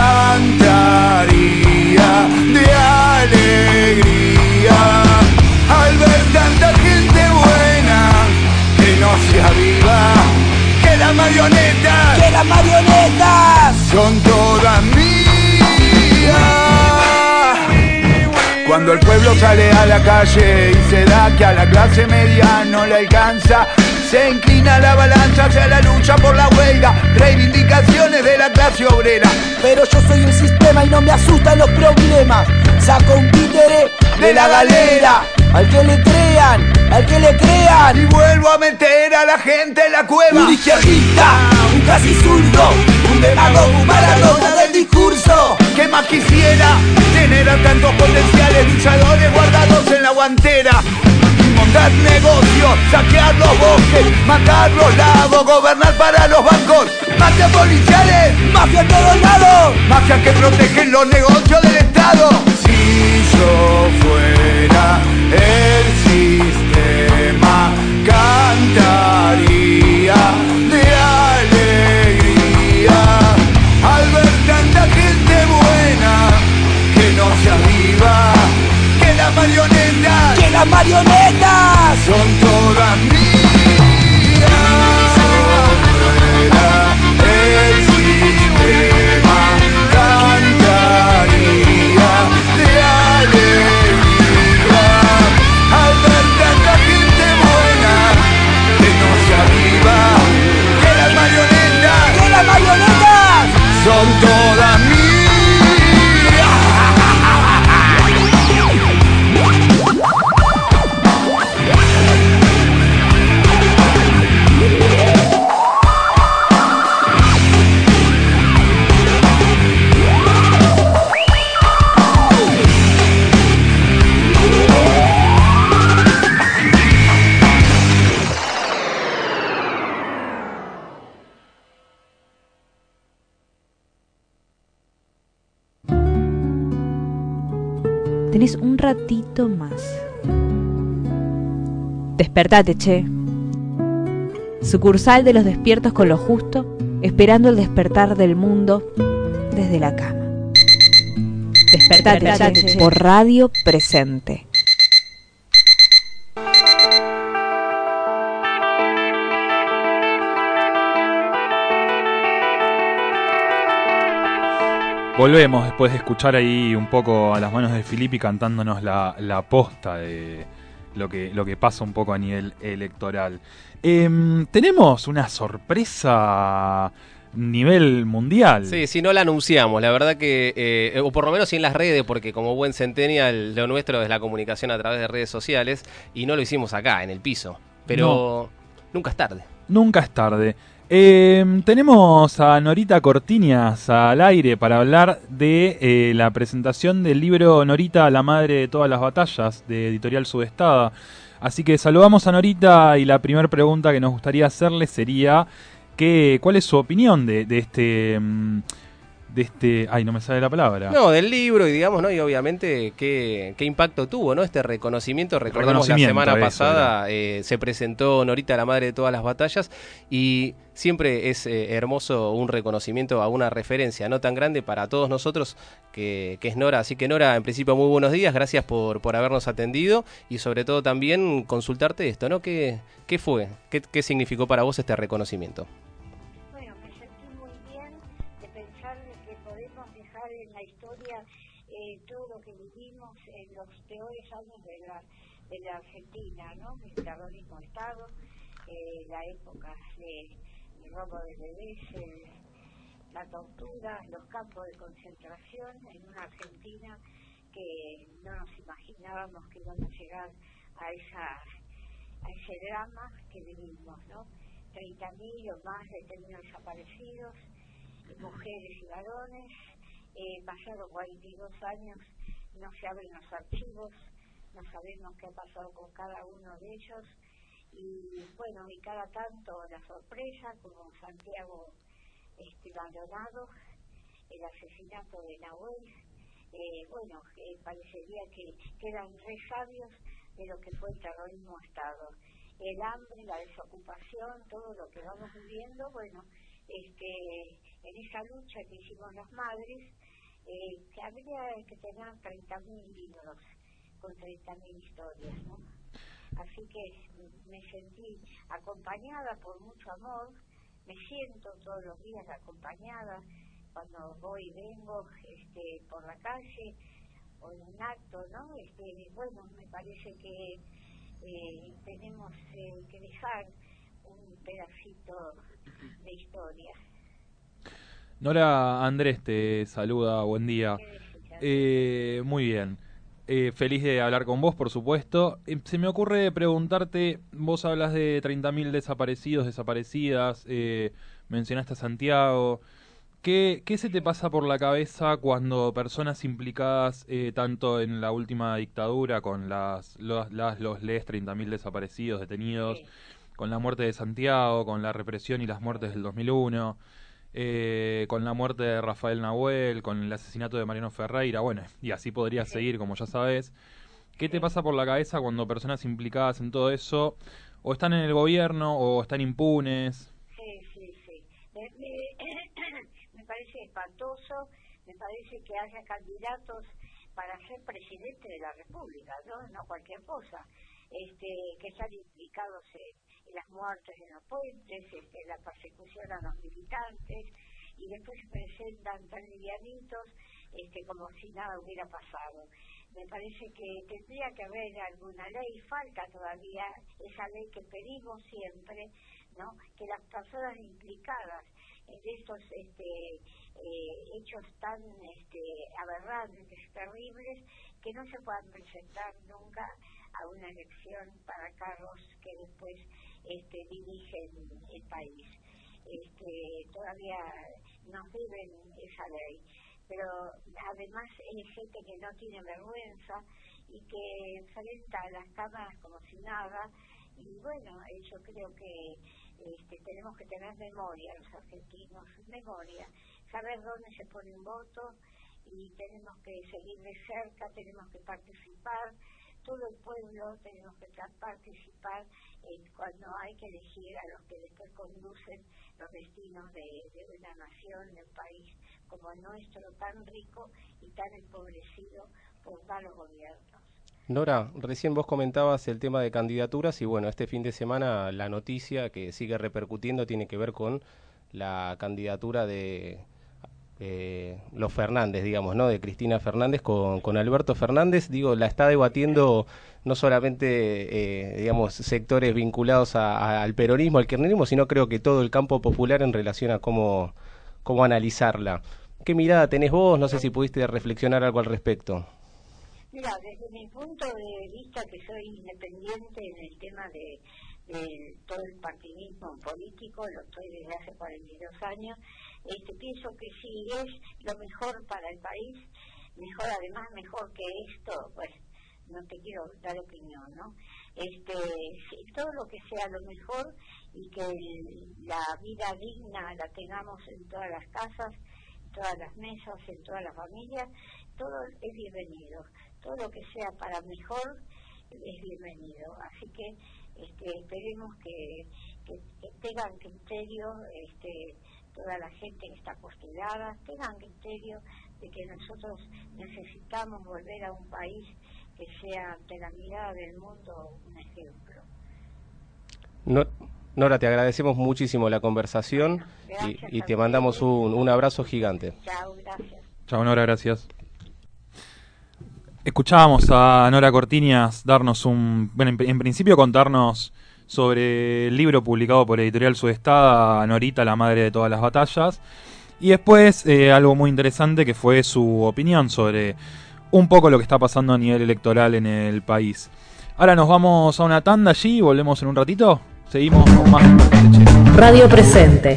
cantaría de alegría al ver tanta gente buena que no se aviva, que las marionetas, que las marionetas son todas mías. Cuando el pueblo sale a la calle y se da que a la clase media no le alcanza, se inclina la balanza hacia la lucha por la huelga, reivindicaciones de la clase obrera. Pero yo soy un sistema y no me asustan los problemas. Saco un títere de la galera, al que le crean, al que le crean, y vuelvo a meter a la gente en la cueva. Un izquierdista, un casi zurdo, un demagogo, un Maradona del discurso. ¿Qué más quisiera? Tener a tantos potenciales luchadores guardados en la guantera. Montar negocios, saquear los bosques, matar los lagos, gobernar para los bancos. Mafias policiales, mafia a todos lados, mafias que protegen los negocios del Estado. Si yo fuera el sistema, cantaría de alegría al ver tanta gente buena que no se aviva, que las marionetas, que las marionetas son todas mías. El sistema Tenés un ratito más. Despertate, che. Sucursal de los despiertos con lo justo, esperando el despertar del mundo desde la cama. Despertate, Despertate che, che, por Radio Presente. Volvemos después de escuchar ahí un poco a las manos de Filippi cantándonos la, la posta de lo que, lo que pasa un poco a nivel electoral. Eh, tenemos una sorpresa a nivel mundial. Sí, si no la anunciamos, la verdad que, eh, o por lo menos en las redes, porque como buen centennial, lo nuestro es la comunicación a través de redes sociales, y no lo hicimos acá, en el piso. Pero no. Nunca es tarde. Nunca es tarde. Eh, tenemos a Norita Cortiñas al aire para hablar de eh, la presentación del libro Norita, la madre de todas las batallas, de Editorial Sudestada. Así que saludamos a Norita y la primera pregunta que nos gustaría hacerle sería que, ¿cuál es su opinión de, de este... de este... Ay, no me sale la palabra. No, del libro y digamos, ¿no? Y obviamente qué, qué impacto tuvo, ¿no? Este reconocimiento. Recordemos la semana pasada eh, se presentó Norita, la madre de todas las batallas, y siempre es eh, hermoso un reconocimiento a una referencia no tan grande para todos nosotros que, que es Nora. Así que Nora, en principio muy buenos días, gracias por, por habernos atendido y sobre todo también consultarte esto, ¿no? ¿Qué, qué fue? ¿Qué, qué significó para vos este reconocimiento? Eh, todo lo que vivimos en los peores años de la, de la Argentina, ¿no? El terrorismo de Estado, eh, la época de, de robo de bebés, eh, la tortura, los campos de concentración en una Argentina que no nos imaginábamos que íbamos a llegar a, esa, a ese drama que vivimos, ¿no? treinta mil o más detenidos desaparecidos, mujeres y varones. Eh, pasados cuarenta y dos años no se abren los archivos, no sabemos qué ha pasado con cada uno de ellos y bueno, y cada tanto la sorpresa como Santiago este, Maldonado, el asesinato de Nahuel, eh, bueno, eh, parecería que quedan tres sabios de lo que fue el terrorismo de Estado, el hambre, la desocupación, todo lo que vamos viviendo, bueno, este, en esa lucha que hicimos las madres, eh, que habría que tener treinta mil libros con treinta mil historias, ¿no? Así que me sentí acompañada por mucho amor, me siento todos los días acompañada cuando voy y vengo este, por la calle o en un acto, ¿no? Este, bueno, me parece que eh, tenemos eh, que dejar un pedacito de historia. Nora, Andrés te saluda, buen día. Eh, muy bien. Eh, feliz de hablar con vos, por supuesto. Eh, se me ocurre preguntarte, vos hablas de treinta mil desaparecidos, desaparecidas, eh, mencionaste a Santiago. ¿Qué, ¿Qué se te pasa por la cabeza cuando personas implicadas eh, tanto en la última dictadura, con las, los, las, los les treinta mil desaparecidos, detenidos, sí, con la muerte de Santiago, con la represión y las muertes del dos mil uno... Eh, con la muerte de Rafael Nahuel, con el asesinato de Mariano Ferreira, bueno, y así podría seguir, como ya sabes. ¿Qué te pasa por la cabeza cuando personas implicadas en todo eso o están en el gobierno o están impunes? Sí, sí, sí. Me, me, me parece espantoso, me parece que haya candidatos para ser presidente de la República, ¿no? No cualquier cosa, este, que están implicados en las muertes en los puentes, este, la persecución a los militantes, y después se presentan tan livianitos este, como si nada hubiera pasado. Me parece que tendría que haber alguna ley, falta todavía esa ley que pedimos siempre, ¿no? Que las personas implicadas en estos este, eh, hechos tan este, aberrantes, terribles, que no se puedan presentar nunca a una elección para cargos que después este, dirigen el país. Este, todavía nos deben esa ley, pero además hay gente que no tiene vergüenza y que enfrenta a las cámaras como si nada, y bueno, yo creo que este, tenemos que tener memoria los argentinos, memoria, saber dónde se pone un voto, y tenemos que seguir de cerca, tenemos que participar, todo el pueblo tenemos que participar eh, cuando hay que elegir a los que después conducen los destinos de, de una nación, de un país como el nuestro, tan rico y tan empobrecido por malos gobiernos. Nora, recién vos comentabas el tema de candidaturas y bueno, este fin de semana la noticia que sigue repercutiendo tiene que ver con la candidatura de eh, los Fernández, digamos, ¿no? De Cristina Fernández con, con Alberto Fernández. Digo, la está debatiendo no solamente, eh, digamos, sectores vinculados a, a, al peronismo, al kirchnerismo, sino creo que todo el campo popular en relación a cómo, cómo analizarla. ¿Qué mirada tenés vos? No sé si pudiste reflexionar algo al respecto. Mira, desde mi punto de vista, que soy independiente en el tema de, de todo el partidismo político, lo estoy desde hace cuarenta y dos años, este, pienso que si es lo mejor para el país, mejor además, mejor que esto, pues no te quiero dar opinión, ¿no? Este, si todo lo que sea lo mejor y que el, la vida digna la tengamos en todas las casas, en todas las mesas, en todas las familias, todo es bienvenido. Todo lo que sea para mejor es bienvenido. Así que este, esperemos que, que, que tengan criterio, este, toda la gente que está postulada, tengan criterio de que nosotros necesitamos volver a un país que sea ante la mirada del mundo un ejemplo. No, Nora, te agradecemos muchísimo la conversación bueno, y, y te mandamos un, un abrazo gigante. Chao, gracias. Chao, Nora, gracias. Escuchábamos a Nora Cortiñas darnos un, bueno, en, en principio contarnos sobre el libro publicado por Editorial Sudestada, Norita, la madre de todas las batallas, y después eh, algo muy interesante que fue su opinión sobre un poco lo que está pasando a nivel electoral en el país. Ahora nos vamos a una tanda allí y volvemos en un ratito. Seguimos con más Radio Presente.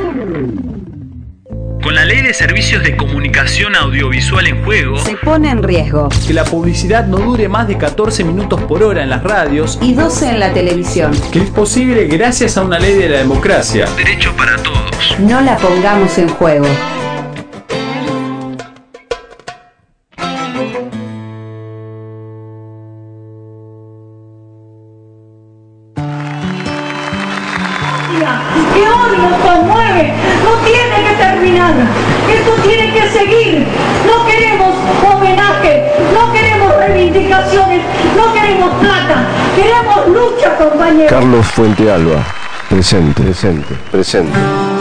Con la Ley de Servicios de Comunicación Audiovisual en juego, se pone en riesgo que la publicidad no dure más de catorce minutos por hora en las radios y doce en la televisión, que es posible gracias a una ley de la democracia. Derecho para todos. No la pongamos en juego. Que hoy nos conmueve, no tiene que terminar, esto tiene que seguir. No queremos homenaje, no queremos reivindicaciones, no queremos plata, queremos lucha, compañeros. Carlos Fuentealba, presente, presente, presente.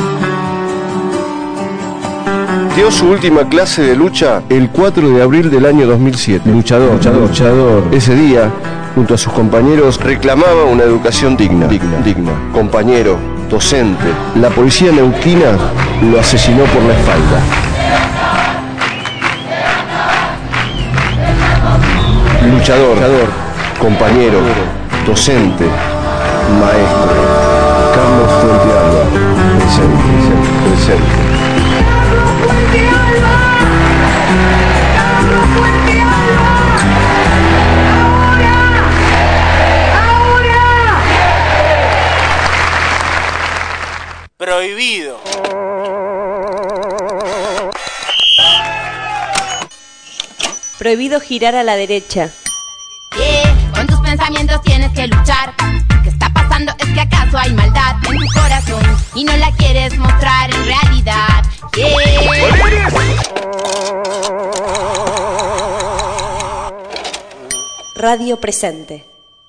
Dio su última clase de lucha el cuatro de abril del año dos mil siete. Luchador, luchador, luchador. Ese día, junto a sus compañeros, reclamaba una educación digna, digna, digna. Compañero, docente, la policía neuquina lo asesinó por la espalda. Luchador, luchador, compañero, docente, maestro, Carlos Fuentealba, presente, presente, presente. Prohibido. Prohibido girar a la derecha. Yeah, con tus pensamientos tienes que luchar. ¿Qué está pasando? ¿Es que acaso hay maldad en tu corazón y no la quieres mostrar en realidad? Yeah. Radio Presente.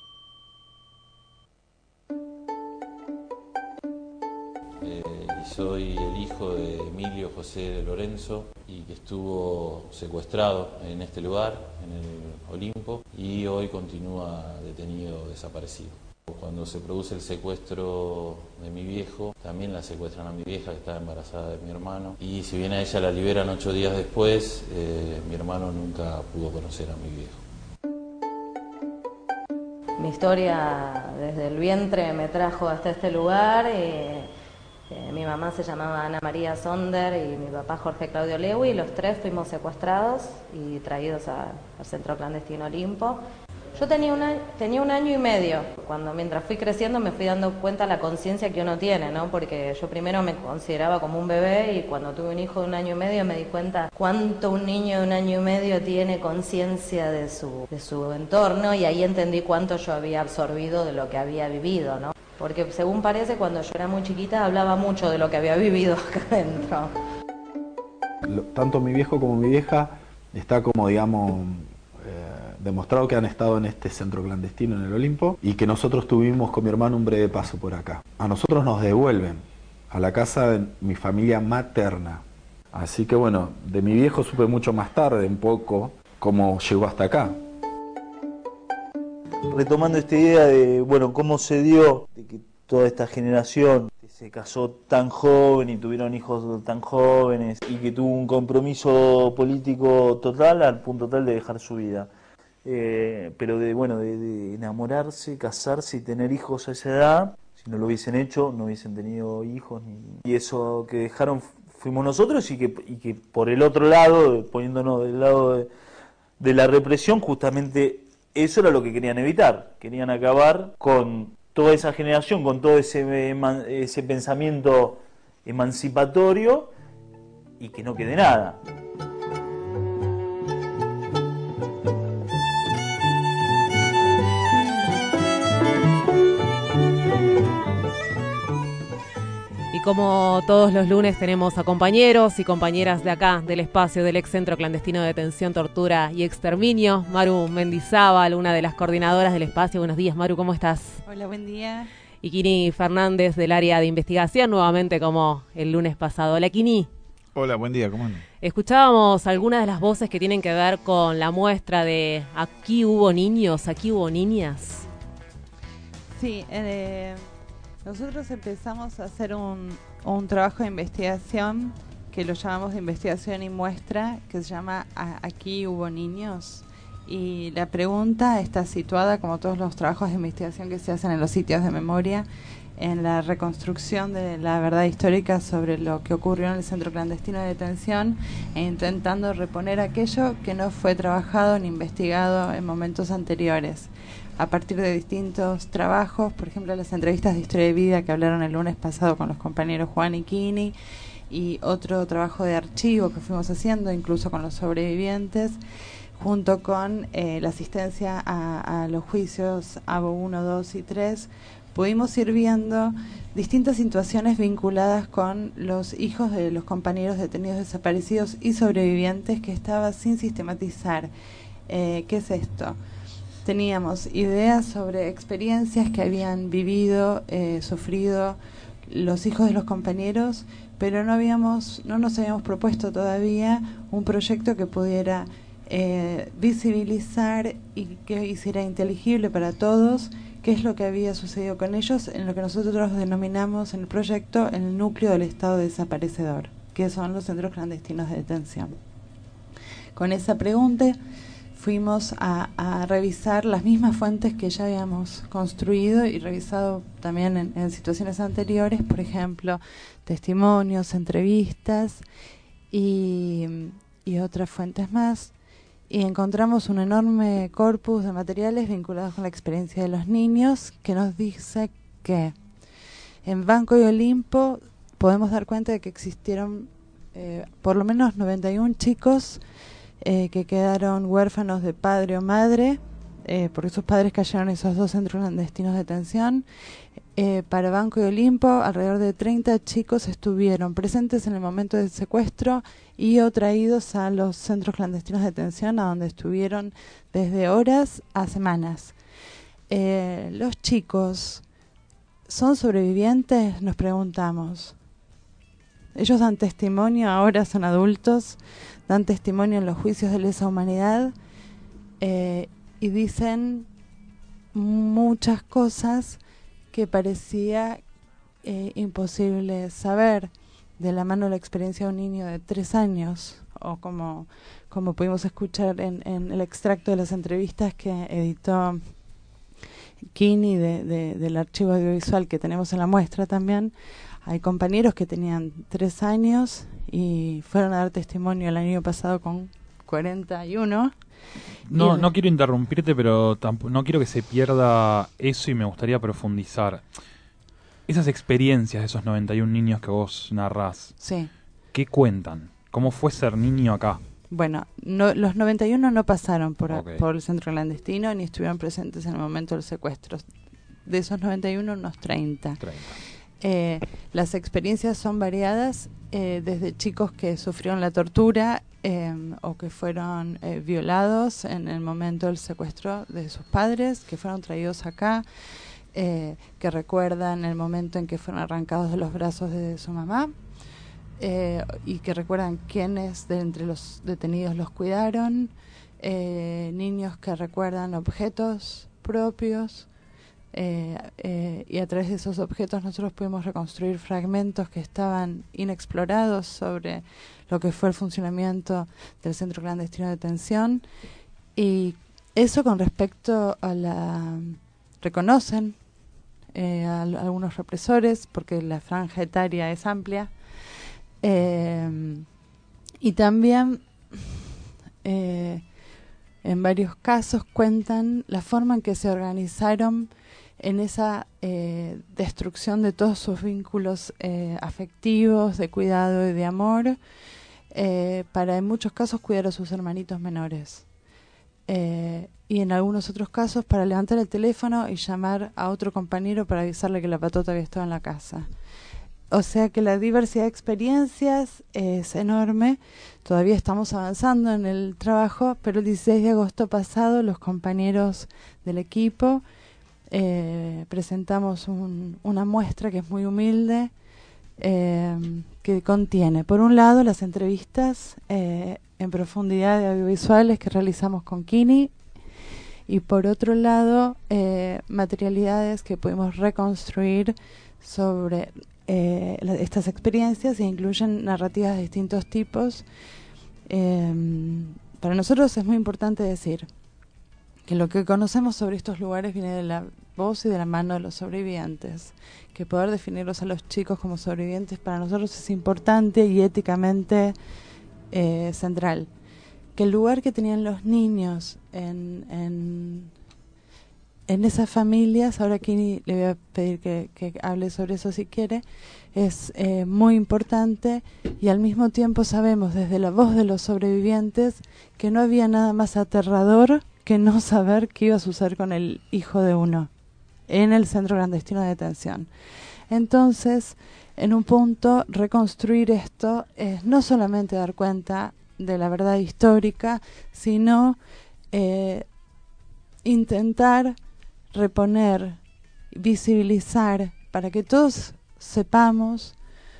Soy el hijo de Emilio José de Lorenzo y que estuvo secuestrado en este lugar, en el Olimpo, y hoy continúa detenido, desaparecido. Cuando se produce el secuestro de mi viejo, también la secuestran a mi vieja que estaba embarazada de mi hermano, y si bien a ella la liberan ocho días después, eh, mi hermano nunca pudo conocer a mi viejo. Mi historia desde el vientre me trajo hasta este lugar. Eh, eh, mi mamá se llamaba Ana María Sonder y mi papá Jorge Claudio Lewy. Los tres fuimos secuestrados y traídos a, al centro clandestino Olimpo. Yo tenía un, año, tenía un año y medio. Cuando mientras fui creciendo me fui dando cuenta la conciencia que uno tiene, ¿no? Porque yo primero me consideraba como un bebé y cuando tuve un hijo de un año y medio me di cuenta cuánto un niño de un año y medio tiene conciencia de su, de su entorno, y ahí entendí cuánto yo había absorbido de lo que había vivido, ¿no? Porque según parece, cuando yo era muy chiquita hablaba mucho de lo que había vivido acá adentro. Tanto mi viejo como mi vieja está como, digamos, demostrado que han estado en este centro clandestino en el Olimpo y que nosotros tuvimos con mi hermano un breve paso por acá. A nosotros nos devuelven a la casa de mi familia materna. Así que bueno, de mi viejo supe mucho más tarde, un poco, cómo llegó hasta acá. Retomando esta idea de, bueno, cómo se dio de que toda esta generación se casó tan joven y tuvieron hijos tan jóvenes y que tuvo un compromiso político total al punto tal de dejar su vida. Eh, pero de bueno de, de enamorarse, casarse y tener hijos a esa edad, si no lo hubiesen hecho no hubiesen tenido hijos ni... y eso que dejaron fuimos nosotros, y que, y que por el otro lado, poniéndonos del lado de, de la represión, justamente eso era lo que querían evitar. Querían acabar con toda esa generación, con todo ese, ese pensamiento emancipatorio, y que no quede nada. Y como todos los lunes tenemos a compañeros y compañeras de acá, del espacio del ex centro clandestino de detención, tortura y exterminio. Maru Mendizábal, una de las coordinadoras del espacio. Buenos días, Maru, ¿cómo estás? Hola, buen día. Y Kini Fernández, del área de investigación, nuevamente como el lunes pasado. Hola, Kini. Hola, buen día, ¿cómo andan? Escuchábamos algunas de las voces que tienen que ver con la muestra de Aquí hubo niños, aquí hubo niñas. Sí, eh... nosotros empezamos a hacer un, un trabajo de investigación que lo llamamos de investigación y muestra, que se llama Aquí hubo niños, y la pregunta está situada, como todos los trabajos de investigación que se hacen en los sitios de memoria, en la reconstrucción de la verdad histórica sobre lo que ocurrió en el centro clandestino de detención, e intentando reponer aquello que no fue trabajado ni investigado en momentos anteriores, a partir de distintos trabajos, por ejemplo las entrevistas de historia de vida que hablaron el lunes pasado con los compañeros Juan y Kini, y otro trabajo de archivo que fuimos haciendo incluso con los sobrevivientes, junto con eh, la asistencia a, a los juicios A B O uno, dos y tres, pudimos ir viendo distintas situaciones vinculadas con los hijos de los compañeros detenidos desaparecidos y sobrevivientes que estaba sin sistematizar. Eh, ¿Qué es esto? Teníamos ideas sobre experiencias que habían vivido, eh, sufrido los hijos de los compañeros, pero no habíamos, no nos habíamos propuesto todavía un proyecto que pudiera eh, visibilizar y que hiciera inteligible para todos qué es lo que había sucedido con ellos en lo que nosotros denominamos en el proyecto el núcleo del estado desaparecedor, que son los centros clandestinos de detención. Con esa pregunta fuimos a, a revisar las mismas fuentes que ya habíamos construido y revisado también en, en situaciones anteriores, por ejemplo, testimonios, entrevistas y, y otras fuentes más, y encontramos un enorme corpus de materiales vinculados con la experiencia de los niños que nos dice que en Banco y Olimpo podemos dar cuenta de que existieron eh, por lo menos noventa y uno chicos eh, que quedaron huérfanos de padre o madre, eh, porque sus padres cayeron en esos dos centros clandestinos de detención. Eh, para Banco y Olimpo, alrededor de treinta chicos estuvieron presentes en el momento del secuestro y o traídos a los centros clandestinos de detención, a donde estuvieron desde horas a semanas. Eh, los chicos, ¿son sobrevivientes? Nos preguntamos. Ellos dan testimonio, ahora son adultos, dan testimonio en los juicios de lesa humanidad eh, y dicen muchas cosas que parecía eh, imposible saber de la mano de la experiencia de un niño de tres años, o como, como pudimos escuchar en, en el extracto de las entrevistas que editó Kini de, de, del archivo audiovisual que tenemos en la muestra también. Hay compañeros que tenían tres años y fueron a dar testimonio el año pasado con cuarenta y uno. No, y no quiero interrumpirte, pero tampoco, no quiero que se pierda eso y me gustaría profundizar. Esas experiencias de esos noventa y un niños que vos narrás, sí. ¿qué cuentan? ¿Cómo fue ser niño acá? Bueno, no, los noventa y uno no pasaron por, Okay. por el centro clandestino ni estuvieron presentes en el momento del secuestro. De esos noventa y uno, unos treinta. treinta. Eh, las experiencias son variadas, eh, desde chicos que sufrieron la tortura eh, o que fueron eh, violados en el momento del secuestro de sus padres, que fueron traídos acá, eh, que recuerdan el momento en que fueron arrancados de los brazos de su mamá, eh, y que recuerdan quiénes de entre los detenidos los cuidaron, eh, niños que recuerdan objetos propios. Eh, eh, y a través de esos objetos nosotros pudimos reconstruir fragmentos que estaban inexplorados sobre lo que fue el funcionamiento del centro clandestino de detención, y eso con respecto a la reconocen eh, a, a algunos represores, porque la franja etaria es amplia, eh, y también eh, en varios casos cuentan la forma en que se organizaron en esa eh, destrucción de todos sus vínculos eh, afectivos, de cuidado y de amor, eh, para en muchos casos cuidar a sus hermanitos menores. Eh, y en algunos otros casos para levantar el teléfono y llamar a otro compañero para avisarle que la patota había estado en la casa. O sea que la diversidad de experiencias es enorme. Todavía estamos avanzando en el trabajo, pero el dieciséis de agosto pasado los compañeros del equipo Eh, presentamos un, una muestra que es muy humilde, eh, que contiene, por un lado, las entrevistas eh, en profundidad de audiovisuales que realizamos con Kini, y por otro lado, eh, materialidades que pudimos reconstruir sobre eh, la, estas experiencias, e incluyen narrativas de distintos tipos. Eh, para nosotros es muy importante decir que lo que conocemos sobre estos lugares viene de la voz y de la mano de los sobrevivientes, que poder definirlos a los chicos como sobrevivientes para nosotros es importante y éticamente eh, central. Que el lugar que tenían los niños en, en, en esas familias, ahora aquí le voy a pedir que, que hable sobre eso si quiere, es eh, muy importante, y al mismo tiempo sabemos desde la voz de los sobrevivientes que no había nada más aterrador que no saber qué iba a suceder con el hijo de uno en el centro clandestino de detención. Entonces, en un punto, reconstruir esto es no solamente dar cuenta de la verdad histórica, sino eh, intentar reponer, visibilizar, para que todos sepamos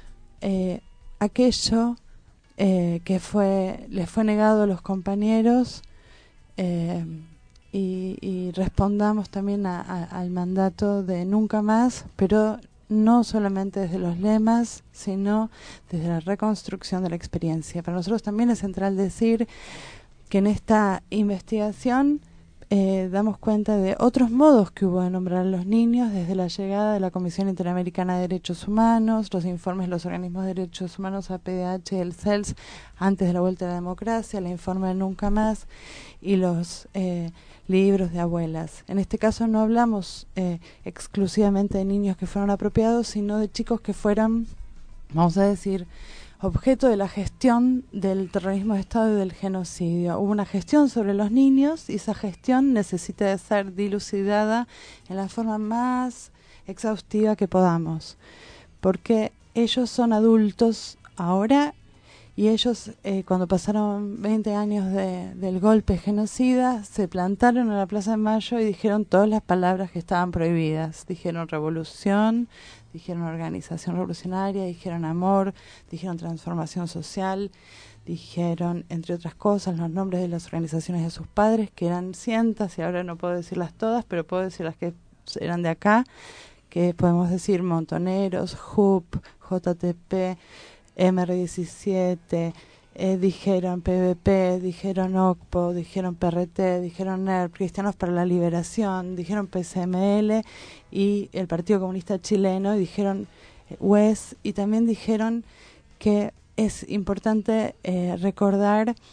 eh, aquello eh, que fue les fue negado a los compañeros, Eh, y, y respondamos también a, a, al mandato de nunca más, pero no solamente desde los lemas, sino desde la reconstrucción de la experiencia. Para nosotros también es central decir que en esta investigación eh, damos cuenta de otros modos que hubo de nombrar a los niños, desde la llegada de la Comisión Interamericana de Derechos Humanos, los informes de los organismos de derechos humanos, A P D H y el C E L S, antes de la vuelta a la democracia, el informe de Nunca Más, y los eh, libros de abuelas. En este caso no hablamos eh, exclusivamente de niños que fueron apropiados, sino de chicos que fueran, vamos a decir, objeto de la gestión del terrorismo de Estado y del genocidio. Hubo una gestión sobre los niños, y esa gestión necesita de ser dilucidada en la forma más exhaustiva que podamos, porque ellos son adultos ahora, y ellos eh, cuando pasaron veinte años de, del golpe genocida, se plantaron en la Plaza de Mayo y dijeron todas las palabras que estaban prohibidas. Dijeron revolución, dijeron organización revolucionaria, dijeron amor, dijeron transformación social, dijeron, entre otras cosas, los nombres de las organizaciones de sus padres, que eran cientos, y ahora no puedo decirlas todas, pero puedo decir las que eran de acá, que podemos decir Montoneros, H U P, J T P, M R diecisiete, eh, dijeron P V P, dijeron O C P O, dijeron P R T, dijeron N E R P, Cristianos para la Liberación, dijeron P C M L y el Partido Comunista Chileno, y dijeron eh, U E S, y también dijeron que es importante eh, recordar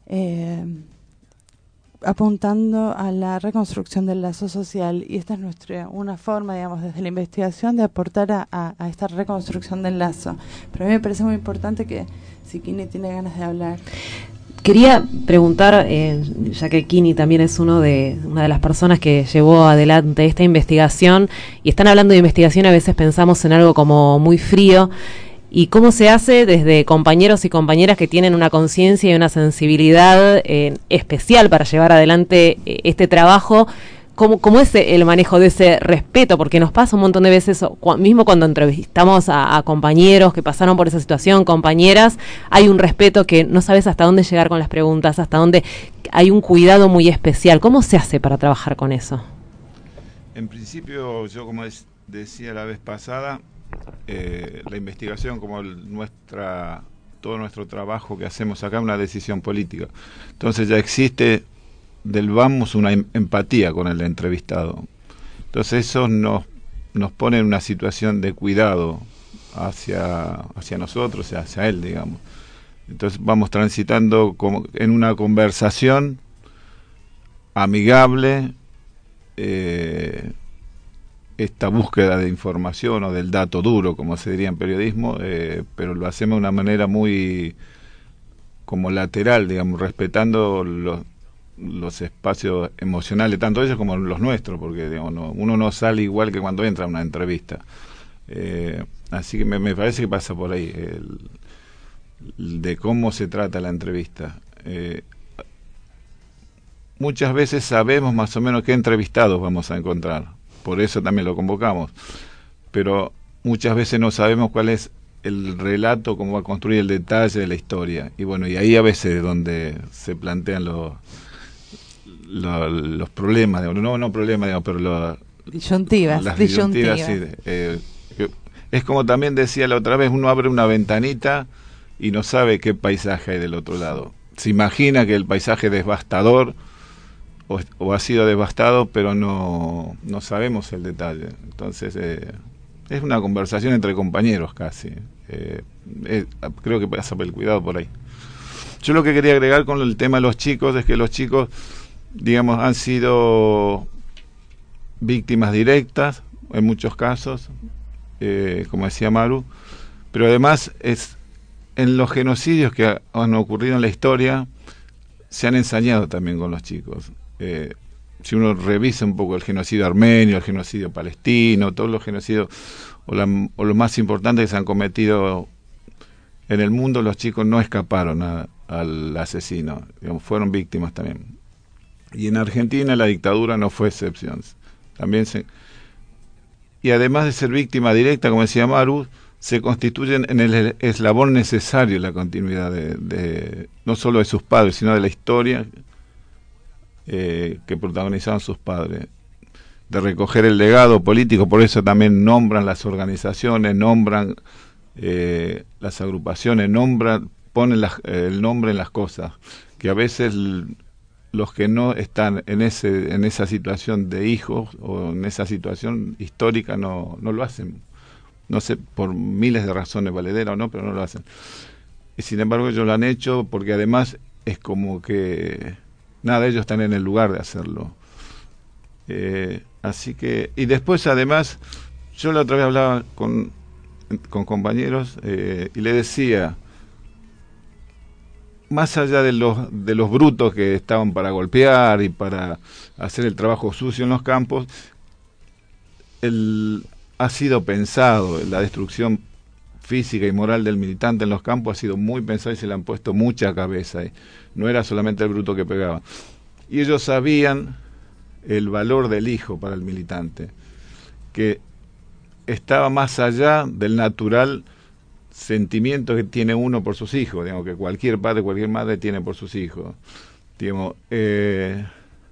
eh, apuntando a la reconstrucción del lazo social, y esta es nuestra una forma, digamos, desde la investigación de aportar a, a, a esta reconstrucción del lazo. Pero a mí me parece muy importante que, si Kini tiene ganas de hablar. Quería preguntar, eh, ya que Kini también es uno de una de las personas que llevó adelante esta investigación, y están hablando de investigación, a veces pensamos en algo como muy frío, y cómo se hace desde compañeros y compañeras que tienen una conciencia y una sensibilidad eh, especial para llevar adelante eh, este trabajo. ¿Cómo, ¿Cómo es el manejo de ese respeto? Porque nos pasa un montón de veces, cu- mismo cuando entrevistamos a, a compañeros que pasaron por esa situación, compañeras, hay un respeto que no sabes hasta dónde llegar con las preguntas, hasta dónde hay un cuidado muy especial. ¿Cómo se hace para trabajar con eso? En principio, yo como es, decía la vez pasada, eh, la investigación, como el, nuestra todo nuestro trabajo que hacemos acá, es una decisión política. Entonces ya existe del vamos una em- empatía con el entrevistado. Entonces eso nos, nos pone en una situación de cuidado hacia, hacia nosotros, hacia él, digamos. Entonces vamos transitando como en una conversación amigable, eh, esta búsqueda de información o del dato duro, como se diría en periodismo, eh, pero lo hacemos de una manera muy como lateral, digamos, respetando los, los espacios emocionales, tanto ellos como los nuestros, porque digamos, no, uno no sale igual que cuando entra a una entrevista. Eh, así que me, me parece que pasa por ahí, el, el de cómo se trata la entrevista. Eh, muchas veces sabemos más o menos qué entrevistados vamos a encontrar, por eso también lo convocamos, pero muchas veces no sabemos cuál es el relato, cómo va a construir el detalle de la historia, y bueno, y ahí a veces es donde se plantean los los, los problemas, digamos, no no problemas, digamos, pero los, disyuntivas, las disyuntivas. disyuntivas, sí, eh, es como también decía la otra vez, uno abre una ventanita y no sabe qué paisaje hay del otro lado, se imagina que el paisaje es devastador, O, o ha sido devastado, pero no, no sabemos el detalle. Entonces, eh, es una conversación entre compañeros casi. Eh, eh, creo que pasa por el cuidado por ahí. Yo lo que quería agregar con el tema de los chicos es que los chicos, digamos, han sido víctimas directas en muchos casos, eh, como decía Maru, pero además es en los genocidios que ha, han ocurrido en la historia, se han ensañado también con los chicos. Eh, si uno revisa un poco el genocidio armenio, el genocidio palestino, todos los genocidios o, la, o los más importantes que se han cometido en el mundo, los chicos no escaparon a, al asesino, digamos, fueron víctimas también. Y en Argentina la dictadura no fue excepción. También se, y además de ser víctima directa, como decía Maru, se constituyen en el eslabón necesario en la continuidad de, de no solo de sus padres, sino de la historia Eh, que protagonizaban sus padres, de recoger el legado político. Por eso también nombran las organizaciones, nombran eh, las agrupaciones, nombran, ponen las, eh, el nombre en las cosas, que a veces l- los que no están en ese en esa situación de hijos o en esa situación histórica no, no lo hacen, no sé, por miles de razones valederas o no, pero no lo hacen. Y sin embargo ellos lo han hecho porque además es como que nada, ellos están en el lugar de hacerlo. Eh, así que, y después además, yo la otra vez hablaba con, con compañeros eh, y le decía, más allá de los, de los brutos que estaban para golpear y para hacer el trabajo sucio en los campos, el, ha sido pensado, la destrucción física y moral del militante en los campos ha sido muy pensada y se le han puesto mucha cabeza ahí. No era solamente el bruto que pegaba. Y ellos sabían el valor del hijo para el militante, que estaba más allá del natural sentimiento que tiene uno por sus hijos, digamos, que cualquier padre, cualquier madre tiene por sus hijos. Digamos, eh,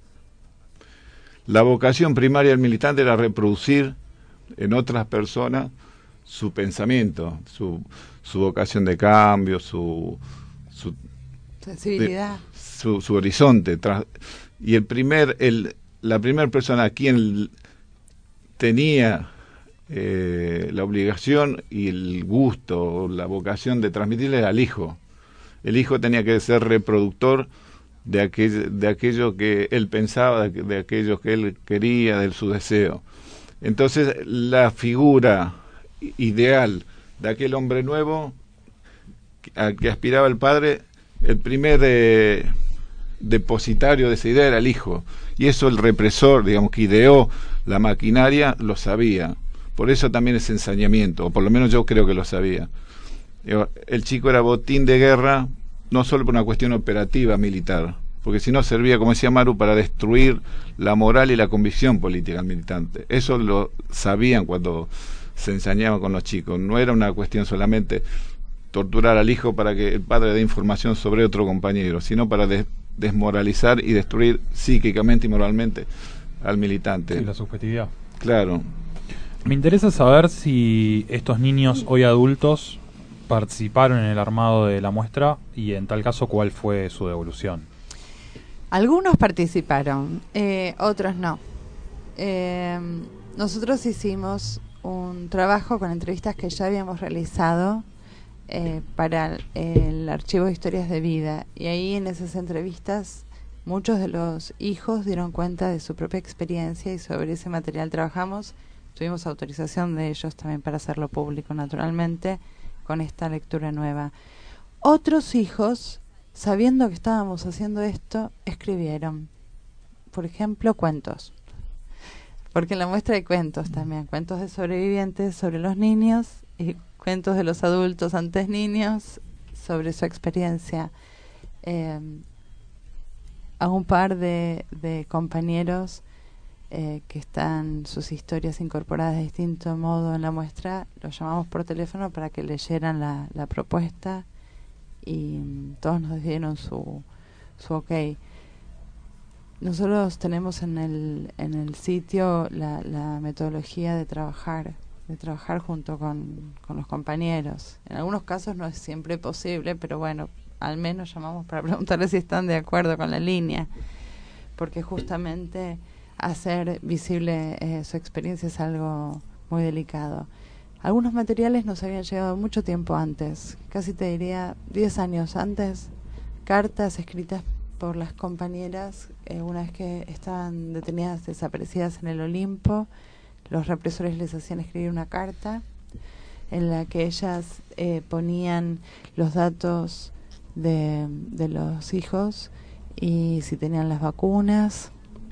la vocación primaria del militante era reproducir en otras personas su pensamiento, su, su vocación de cambio, su, su sensibilidad, de, su, su horizonte. Tras, y el primer, el, la primera persona a quien tenía eh, la obligación y el gusto, la vocación de transmitirle era al hijo. El hijo tenía que ser reproductor de aquel, de aquello que él pensaba, de, de aquello que él quería, de su deseo. Entonces, la figura ideal de aquel hombre nuevo al que aspiraba el padre, el primer eh, depositario de esa idea era el hijo, y eso el represor, digamos, que ideó la maquinaria, lo sabía. Por eso también es ensañamiento, o por lo menos yo creo que lo sabía. El chico era botín de guerra, no solo por una cuestión operativa militar, porque si no servía, como decía Maru, para destruir la moral y la convicción política del militante. Eso lo sabían cuando se ensañaban con los chicos. No era una cuestión solamente torturar al hijo para que el padre dé información sobre otro compañero, sino para des desmoralizar y destruir psíquicamente y moralmente al militante. Sí, la subjetividad. Claro. Me interesa saber si estos niños hoy adultos participaron en el armado de la muestra y en tal caso cuál fue su devolución. Algunos participaron, eh, otros no. Eh, nosotros hicimos un trabajo con entrevistas que ya habíamos realizado eh, para el archivo de historias de vida, y ahí en esas entrevistas muchos de los hijos dieron cuenta de su propia experiencia y sobre ese material trabajamos. Tuvimos autorización de ellos también para hacerlo público, naturalmente, con esta lectura nueva. Otros hijos, sabiendo que estábamos haciendo esto, escribieron, por ejemplo, cuentos. Porque en la muestra hay cuentos también, cuentos de sobrevivientes sobre los niños y cuentos de los adultos antes niños sobre su experiencia. Eh, a un par de, de compañeros eh, que están sus historias incorporadas de distinto modo en la muestra, los llamamos por teléfono para que leyeran la, la propuesta y um, todos nos dieron su, su ok. Nosotros tenemos en el, en el sitio la, la metodología de trabajar, de trabajar junto con, con los compañeros. En algunos casos no es siempre posible, pero bueno, al menos llamamos para preguntarles si están de acuerdo con la línea, porque justamente hacer visible eh, su experiencia es algo muy delicado. Algunos materiales nos habían llegado mucho tiempo antes, casi te diría diez años antes, cartas escritas por las compañeras eh, una vez que estaban detenidas, desaparecidas en el Olimpo. Los represores les hacían escribir una carta en la que ellas eh, ponían los datos de, de los hijos y si tenían las vacunas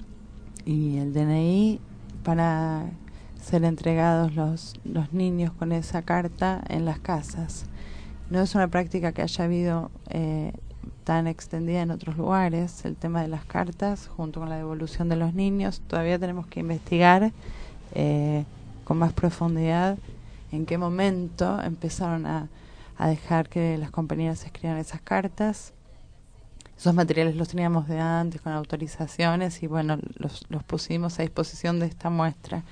y el D N I para ser entregados los, los niños con esa carta en las casas. No es una práctica que haya habido eh, tan extendida en otros lugares, el tema de las cartas junto con la devolución de los niños. Todavía tenemos que investigar eh, con más profundidad en qué momento empezaron a, a dejar que las compañeras escriban esas cartas. Esos materiales los teníamos de antes con autorizaciones y bueno, los, los pusimos a disposición de esta muestra.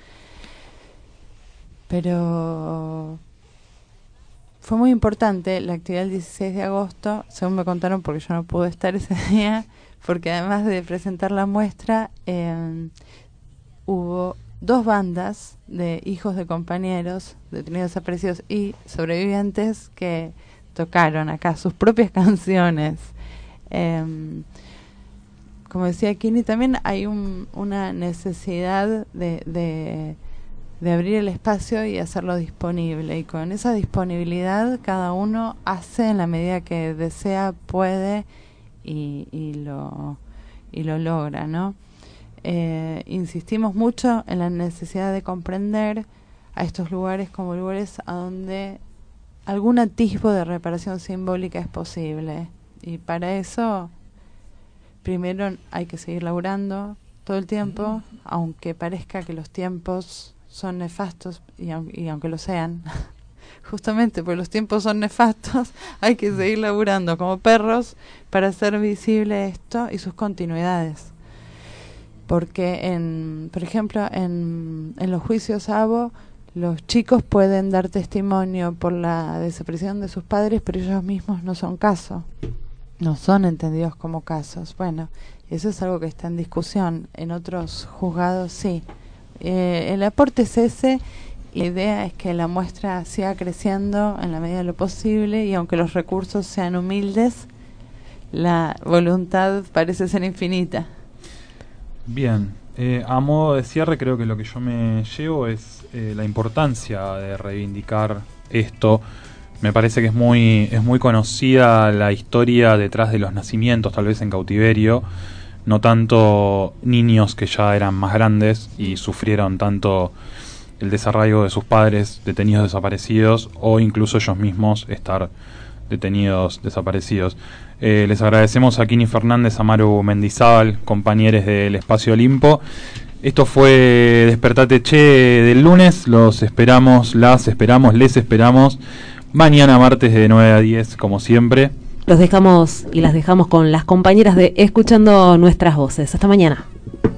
Pero fue muy importante la actividad del dieciséis de agosto, según me contaron, porque yo no pude estar ese día, porque además de presentar la muestra, eh, hubo dos bandas de hijos de compañeros detenidos, desaparecidos y sobrevivientes que tocaron acá sus propias canciones. Eh, como decía Kini, también hay un, una necesidad de, de, de abrir el espacio y hacerlo disponible, y con esa disponibilidad cada uno hace en la medida que desea, puede y, y, lo, y lo logra, ¿no? Eh, insistimos mucho en la necesidad de comprender a estos lugares como lugares a donde algún atisbo de reparación simbólica es posible, y para eso primero hay que seguir laburando todo el tiempo, aunque parezca que los tiempos son nefastos, y, y aunque lo sean justamente porque los tiempos son nefastos, hay que seguir laburando como perros para hacer visible esto y sus continuidades. Porque, en, por ejemplo, en, en los juicios A B O, los chicos pueden dar testimonio por la desaparición de sus padres, pero ellos mismos no son caso, no son entendidos como casos. Bueno, eso es algo que está en discusión. En otros juzgados sí. Eh, el aporte es ese. La idea es que la muestra siga creciendo en la medida de lo posible, y aunque los recursos sean humildes, la voluntad parece ser infinita. Bien, eh, a modo de cierre creo que lo que yo me llevo es eh, la importancia de reivindicar esto. Me parece que es muy, es muy conocida la historia detrás de los nacimientos, tal vez en cautiverio, no tanto niños que ya eran más grandes y sufrieron tanto el desarraigo de sus padres detenidos desaparecidos o incluso ellos mismos estar detenidos desaparecidos. Eh, les agradecemos a Kini Fernández, a Maru Mendizábal, compañeros del Espacio Olimpo. Esto fue Despertate Che del lunes. Los esperamos, las esperamos, les esperamos mañana martes de nueve a diez, como siempre. Los dejamos y las dejamos con las compañeras de Escuchando Nuestras Voces. Hasta mañana.